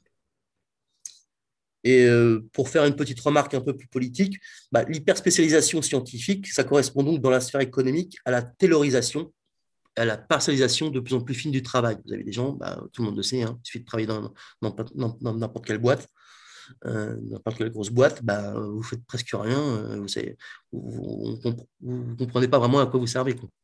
Et euh, pour faire une petite remarque un peu plus politique, bah, l'hyperspécialisation scientifique, ça correspond donc dans la sphère économique à la taylorisation, à la parcellisation de plus en plus fine du travail. Vous avez des gens, bah, tout le monde le sait, hein, il suffit de travailler dans n'importe quelle boîte, euh, n'importe quelle grosse boîte, bah, vous ne faites presque rien, euh, vous ne vous, vous, vous comprenez pas vraiment à quoi vous servez, quoi.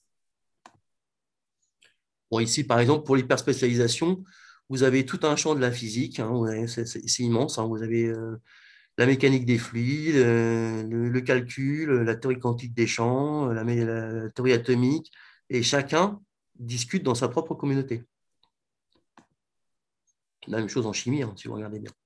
Bon, ici, par exemple, pour l'hyperspécialisation, vous avez tout un champ de la physique, hein, c'est immense, hein, vous avez euh, la mécanique des fluides, euh, le, le calcul, la théorie quantique des champs, la, la théorie atomique, et chacun discute dans sa propre communauté. La même chose en chimie, hein, si vous regardez bien.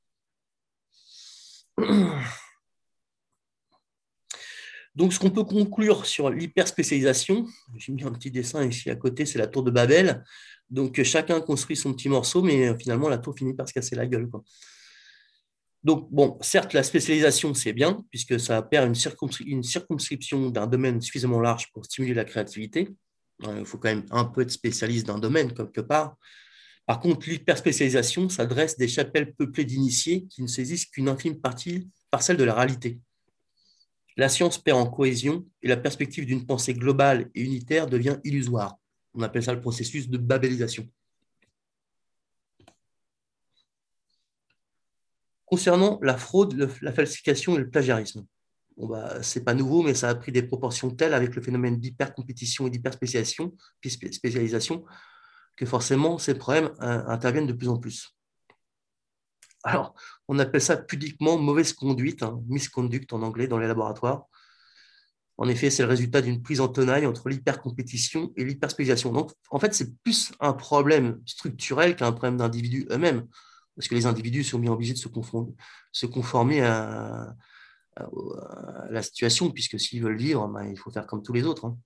Donc, ce qu'on peut conclure sur l'hyperspécialisation, j'ai mis un petit dessin ici à côté, c'est la tour de Babel. Donc, chacun construit son petit morceau, mais finalement, la tour finit par se casser la gueule, quoi. Donc, bon, certes, la spécialisation, c'est bien, puisque ça perd une, circonscri une circonscription d'un domaine suffisamment large pour stimuler la créativité. Il faut quand même un peu être spécialiste d'un domaine, quelque part. Par contre, l'hyperspécialisation s'adresse des chapelles peuplées d'initiés qui ne saisissent qu'une infime partie, parcelle de la réalité. La science perd en cohésion et la perspective d'une pensée globale et unitaire devient illusoire. On appelle ça le processus de babélisation. Concernant la fraude, le, la falsification et le plagiarisme, bon bah, ce n'est pas nouveau, mais ça a pris des proportions telles avec le phénomène d'hypercompétition et d'hyperspécialisation spécialisation, que forcément, ces problèmes euh, interviennent de plus en plus. Alors, on appelle ça pudiquement mauvaise conduite, hein, misconduct en anglais dans les laboratoires. En effet, c'est le résultat d'une prise en tenaille entre l'hypercompétition et l'hyperspécialisation. Donc, en fait, c'est plus un problème structurel qu'un problème d'individus eux-mêmes, parce que les individus sont bien obligés de se, se conformer à, à, à la situation, puisque s'ils veulent vivre, ben, il faut faire comme tous les autres. Hein.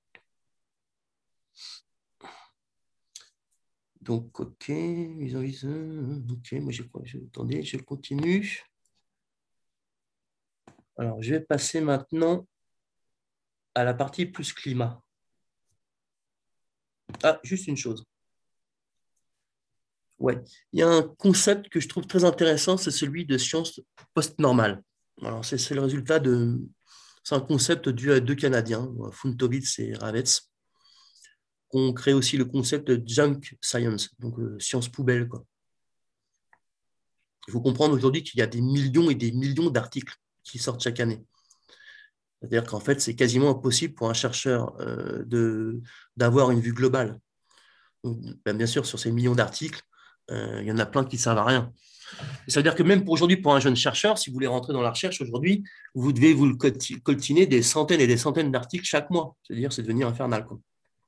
Donc, OK, mise en vise. OK, moi, je crois. Je, attendez, je continue. Alors, je vais passer maintenant à la partie plus climat. Ah, juste une chose. Ouais, il y a un concept que je trouve très intéressant, c'est celui de science post-normale. Alors, c'est le résultat de... C'est un concept dû à deux Canadiens, Funtowitz et Ravetz, qui ont créé aussi le concept de junk science, donc euh, science poubelle, quoi. Il faut comprendre aujourd'hui qu'il y a des millions et des millions d'articles qui sortent chaque année. C'est-à-dire qu'en fait, c'est quasiment impossible pour un chercheur euh, d'avoir une vue globale. Donc, ben, bien sûr, sur ces millions d'articles, euh, il y en a plein qui ne servent à rien. Et ça veut dire que même pour aujourd'hui, pour un jeune chercheur, si vous voulez rentrer dans la recherche aujourd'hui, vous devez vous le coltiner des centaines et des centaines d'articles chaque mois. C'est-à-dire c'est devenu infernal, quoi.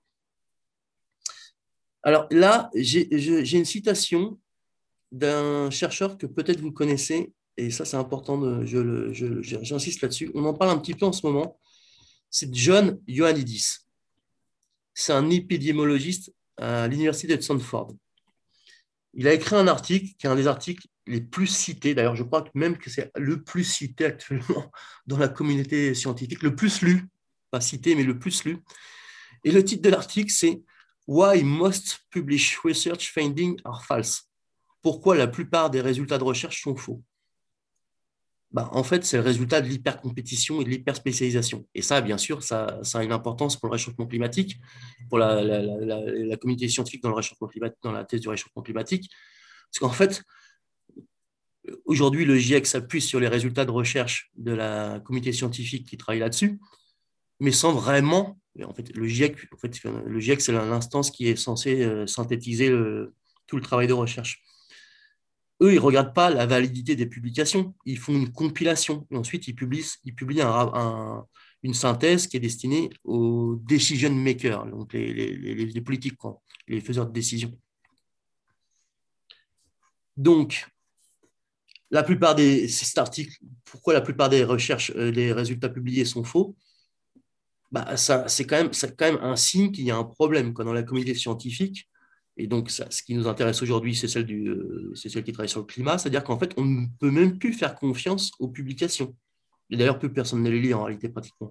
Alors là, j'ai une citation d'un chercheur que peut-être vous connaissez, et ça c'est important, j'insiste je, je, là-dessus. On en parle un petit peu en ce moment. C'est John Ioannidis. C'est un épidémiologiste à l'université de Stanford. Il a écrit un article qui est un des articles les plus cités, d'ailleurs je crois même que c'est le plus cité actuellement dans la communauté scientifique, le plus lu, pas cité mais le plus lu. Et le titre de l'article c'est « Why most published research findings are false ?» Pourquoi la plupart des résultats de recherche sont faux? Ben, en fait, c'est le résultat de l'hypercompétition et de l'hyperspécialisation. Et ça, bien sûr, ça, ça a une importance pour le réchauffement climatique, pour la, la, la, la communauté scientifique dans le réchauffement climatique, dans la thèse du réchauffement climatique. Parce qu'en fait, aujourd'hui, le GIEC s'appuie sur les résultats de recherche de la communauté scientifique qui travaille là-dessus, mais sans vraiment. En fait, le GIEC, en fait, le GIEC, c'est l'instance qui est censée synthétiser le, tout le travail de recherche. Eux, ils ne regardent pas la validité des publications, ils font une compilation et ensuite ils publient, ils publient un, un, une synthèse qui est destinée aux decision makers, donc les, les, les, les politiques, quoi, les faiseurs de décision. Donc, la plupart des cet article, pourquoi la plupart des recherches, les résultats publiés sont faux? Bah, ça, c'est quand même, c'est quand même un signe qu'il y a un problème quoi, dans la communauté scientifique. Et donc, ça, ce qui nous intéresse aujourd'hui, c'est celle, du, euh, c'est celle qui travaille sur le climat, c'est-à-dire qu'en fait, on ne peut même plus faire confiance aux publications. Et d'ailleurs, plus personne ne les lit en réalité, pratiquement.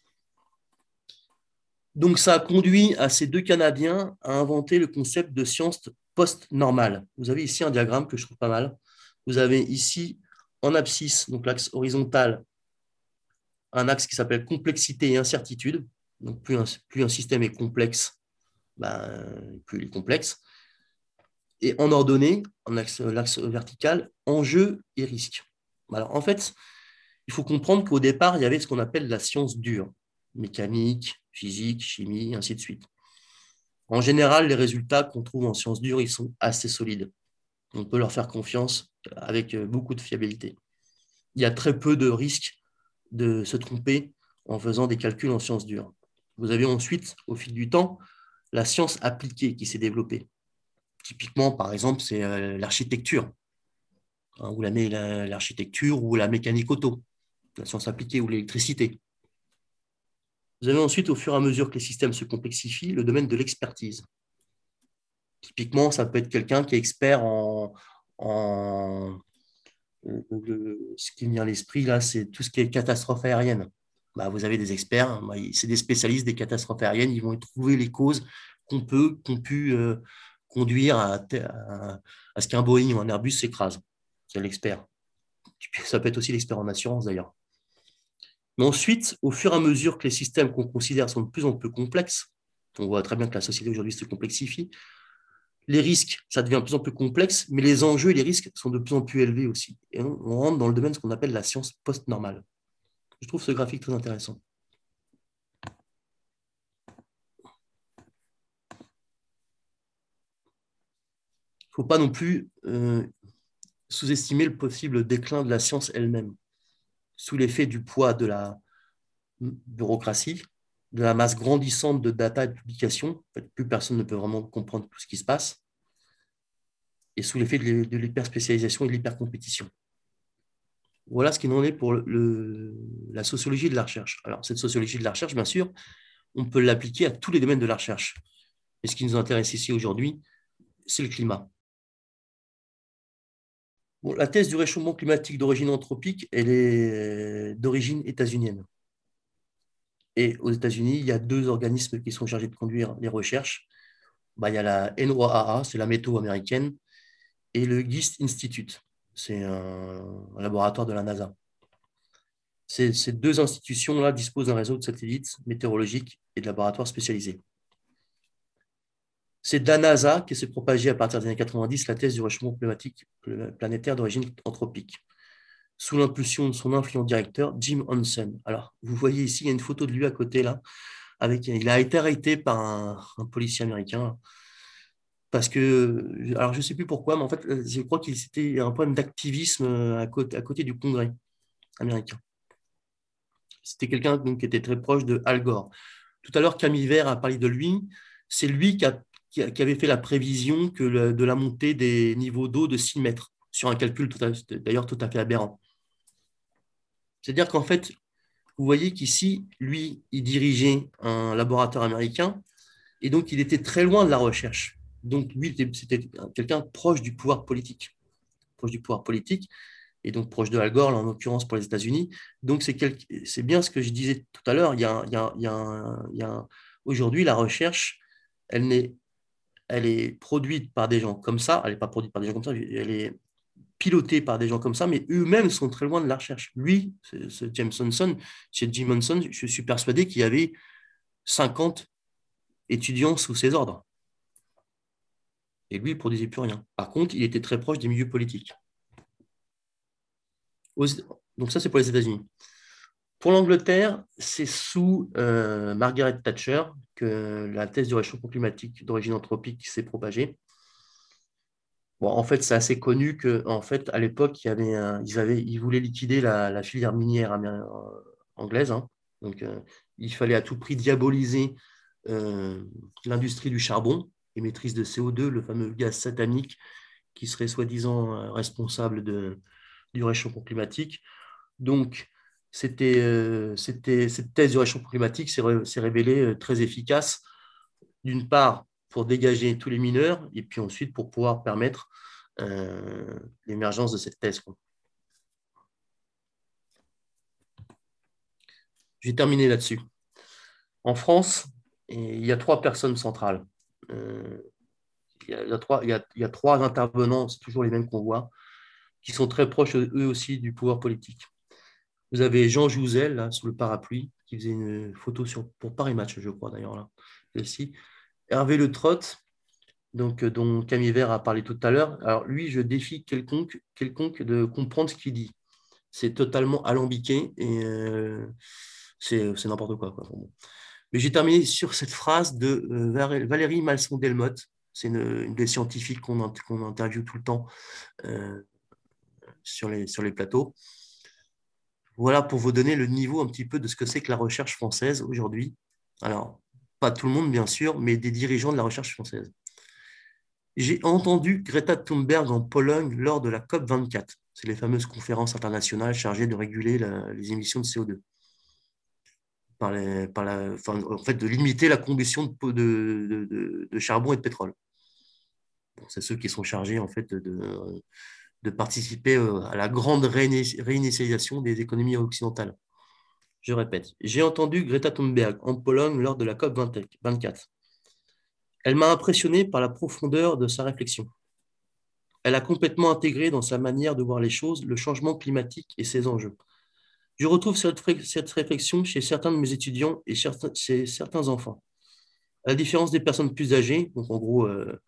Donc, ça a conduit à ces deux Canadiens à inventer le concept de science post-normale. Vous avez ici un diagramme que je trouve pas mal. Vous avez ici, en abscisse, donc l'axe horizontal, un axe qui s'appelle complexité et incertitude. Donc, plus un, plus un système est complexe, ben, plus il est complexe. Et en ordonnée, en axe, l'axe vertical, enjeux et risques. Alors, en fait, il faut comprendre qu'au départ, il y avait ce qu'on appelle la science dure, mécanique, physique, chimie, ainsi de suite. En général, les résultats qu'on trouve en sciences dures, ils sont assez solides. On peut leur faire confiance avec beaucoup de fiabilité. Il y a très peu de risques de se tromper en faisant des calculs en sciences dures. Vous avez ensuite, au fil du temps, la science appliquée qui s'est développée. Typiquement, par exemple, c'est euh, l'architecture, hein, ou l'architecture la, ou la mécanique auto, la science appliquée ou l'électricité. Vous avez ensuite, au fur et à mesure que les systèmes se complexifient, le domaine de l'expertise. Typiquement, ça peut être quelqu'un qui est expert en... en le, ce qui me vient à l'esprit, là, c'est tout ce qui est catastrophe aérienne. Bah, vous avez des experts, bah, c'est des spécialistes des catastrophes aériennes, ils vont trouver les causes qu'on peut, qu'on pu euh, conduire à, à, à ce qu'un Boeing ou un Airbus s'écrase. C'est l'expert. Ça peut être aussi l'expert en assurance, d'ailleurs. Mais ensuite, au fur et à mesure que les systèmes qu'on considère sont de plus en plus complexes, on voit très bien que la société aujourd'hui se complexifie, Les risques, ça devient de plus en plus complexe, mais les enjeux et les risques sont de plus en plus élevés aussi. Et on, on rentre dans le domaine de ce qu'on appelle la science post-normale. Je trouve ce graphique très intéressant. Il ne faut pas non plus euh, sous-estimer le possible déclin de la science elle-même, sous l'effet du poids de la bureaucratie, de la masse grandissante de data et de publications. En fait, plus personne ne peut vraiment comprendre tout ce qui se passe, et sous l'effet de l'hyperspécialisation et de l'hypercompétition. Voilà ce qu'il en est pour le, le, la sociologie de la recherche. Alors, cette sociologie de la recherche, bien sûr, on peut l'appliquer à tous les domaines de la recherche. Et ce qui nous intéresse ici aujourd'hui, c'est le climat. Bon, la thèse du réchauffement climatique d'origine anthropique, elle est d'origine états-unienne. Et aux États-Unis, il y a deux organismes qui sont chargés de conduire les recherches. Bah, il y a la N O A A, c'est la météo américaine, et le GIST Institute, c'est un, un laboratoire de la NASA. Ces, ces deux institutions-là disposent d'un réseau de satellites météorologiques et de laboratoires spécialisés. C'est de la NASA qui s'est propagée à partir des années quatre-vingt-dix la thèse du réchauffement climatique planétaire d'origine anthropique, sous l'impulsion de son influent directeur, Jim Hansen. Alors, vous voyez ici, il y a une photo de lui à côté, là. Avec, il a été arrêté par un, un policier américain, parce que, alors je ne sais plus pourquoi, mais en fait, je crois qu'il c'était un problème d'activisme à côté, à côté du Congrès américain. C'était quelqu'un qui était très proche de Al Gore. Tout à l'heure, Camille Vert a parlé de lui. C'est lui qui, a, qui, a, qui avait fait la prévision que le, de la montée des niveaux d'eau de six mètres, sur un calcul d'ailleurs tout à fait aberrant. C'est-à-dire qu'en fait, vous voyez qu'ici, lui, il dirigeait un laboratoire américain et donc il était très loin de la recherche. Donc lui, c'était quelqu'un proche du pouvoir politique, proche du pouvoir politique et donc proche de Al Gore, là, en l'occurrence pour les États-Unis. Donc c'est quel... bien ce que je disais tout à l'heure. Il y a, il y a, il y a, il y a... Aujourd'hui, la recherche, elle est, elle est produite par des gens comme ça. Elle n'est pas produite par des gens comme ça. Elle est pilotée par des gens comme ça, mais eux-mêmes sont très loin de la recherche. Lui, ce James Hansen, chez Jim Hansen, je suis persuadé qu'il y avait cinquante étudiants sous ses ordres. Et lui, il ne produisait plus rien. Par contre, il était très proche des milieux politiques. Donc ça, c'est pour les États-Unis. Pour l'Angleterre, c'est sous euh, Margaret Thatcher que la thèse du réchauffement climatique d'origine anthropique s'est propagée. Bon, en fait, c'est assez connu qu'en fait, à l'époque, il y avait un, ils, avaient, ils voulaient liquider la, la filière minière anglaise. Hein. Donc, euh, il fallait à tout prix diaboliser euh, l'industrie du charbon, émettrice de C O deux, le fameux gaz satanique qui serait soi-disant responsable de, du réchauffement climatique. Donc, c'était, euh, c'était, cette thèse du réchauffement climatique s'est, ré, s'est révélée très efficace, d'une part pour dégager tous les mineurs, et puis ensuite pour pouvoir permettre euh, l'émergence de cette thèse. Je vais terminer là-dessus. En France, il y a trois personnes centrales. Euh, il, y a, il, y a trois, il, y a, il y a trois intervenants, c'est toujours les mêmes qu'on voit, qui sont très proches, eux aussi, du pouvoir politique. Vous avez Jean Jouzel, là, sous le parapluie, qui faisait une photo sur, pour Paris Match, je crois, d'ailleurs, là. Celle-ci. Hervé Le Trotte, donc, dont Camille Vert a parlé tout à l'heure. Alors, lui, je défie quelconque, quelconque de comprendre ce qu'il dit. C'est totalement alambiqué et euh, c'est, c'est n'importe quoi, quoi. Bon. Mais j'ai terminé sur cette phrase de euh, Valérie Malson-Delmotte. C'est une, une des scientifiques qu'on, qu'on interviewe tout le temps euh, sur, les, sur les plateaux. Voilà pour vous donner le niveau un petit peu de ce que c'est que la recherche française aujourd'hui. Alors, pas tout le monde, bien sûr, mais des dirigeants de la recherche française. J'ai entendu Greta Thunberg en Pologne lors de la COP vingt-quatre. C'est les fameuses conférences internationales chargées de réguler la, les émissions de C O deux. Par les, par la, enfin, en fait, de limiter la combustion de, de, de, de charbon et de pétrole. Bon, c'est ceux qui sont chargés, en fait, de... de participer à la grande réinitialisation des économies occidentales. Je répète, j'ai entendu Greta Thunberg en Pologne lors de la COP vingt-quatre. Elle m'a impressionné par la profondeur de sa réflexion. Elle a complètement intégré dans sa manière de voir les choses le changement climatique et ses enjeux. Je retrouve cette, cette réflexion chez certains de mes étudiants et chez certains enfants. À la différence des personnes plus âgées, donc en gros euh,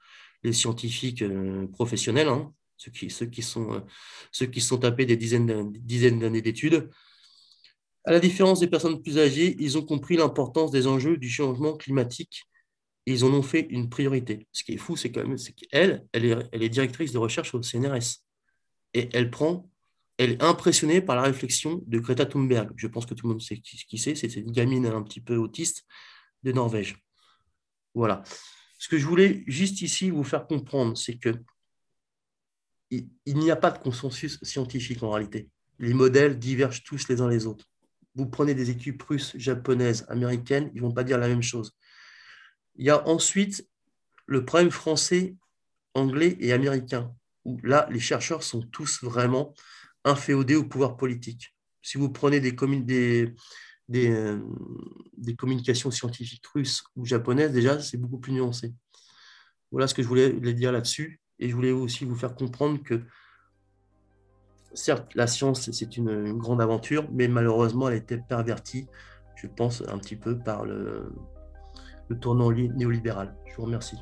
les scientifiques euh, professionnels, hein, ceux, qui, ceux, qui sont, euh, ceux qui sont tapés des dizaines, des dizaines d'années d'études. À la différence des personnes plus âgées, ils ont compris l'importance des enjeux du changement climatique et ils en ont fait une priorité. Ce qui est fou, c'est quand même, c'est qu'elle, elle est, elle est directrice de recherche au C N R S. Et elle prend, elle est impressionnée par la réflexion de Greta Thunberg. Je pense que tout le monde sait qui, qui c'est, c'est une gamine un petit peu autiste de Norvège. Voilà. Ce que je voulais juste ici vous faire comprendre, c'est que il, il n'y a pas de consensus scientifique en réalité. Les modèles divergent tous les uns les autres. Vous prenez des équipes russes, japonaises, américaines, ils ne vont pas dire la même chose. Il y a ensuite le problème français, anglais et américain, où là, les chercheurs sont tous vraiment inféodés au pouvoir politique. Si vous prenez des, des, des, euh, des communications scientifiques russes ou japonaises, déjà, c'est beaucoup plus nuancé. Voilà ce que je voulais dire là-dessus. Et je voulais aussi vous faire comprendre que, certes, la science, c'est une, une grande aventure, mais malheureusement, elle a été pervertie, je pense, un petit peu par le, le tournant néolibéral. Je vous remercie.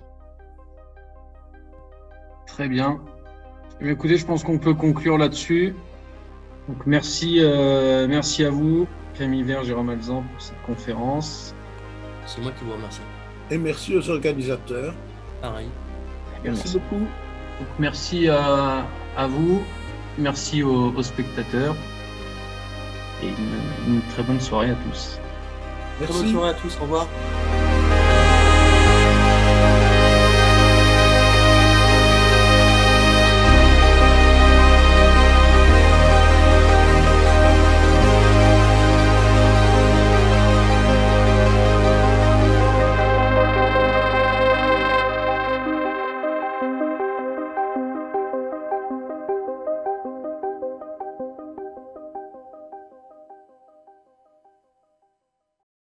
Très bien. Écoutez, je pense qu'on peut conclure là-dessus. Donc, merci, euh, merci à vous, Camille Vert, Jérôme Alzan, pour cette conférence. C'est moi qui vous remercie. Et merci aux organisateurs. Pareil. Merci, merci. beaucoup. Donc, merci à, à vous, merci aux, aux spectateurs et une, une très bonne soirée à tous. Merci. Très bonne soirée à tous, au revoir.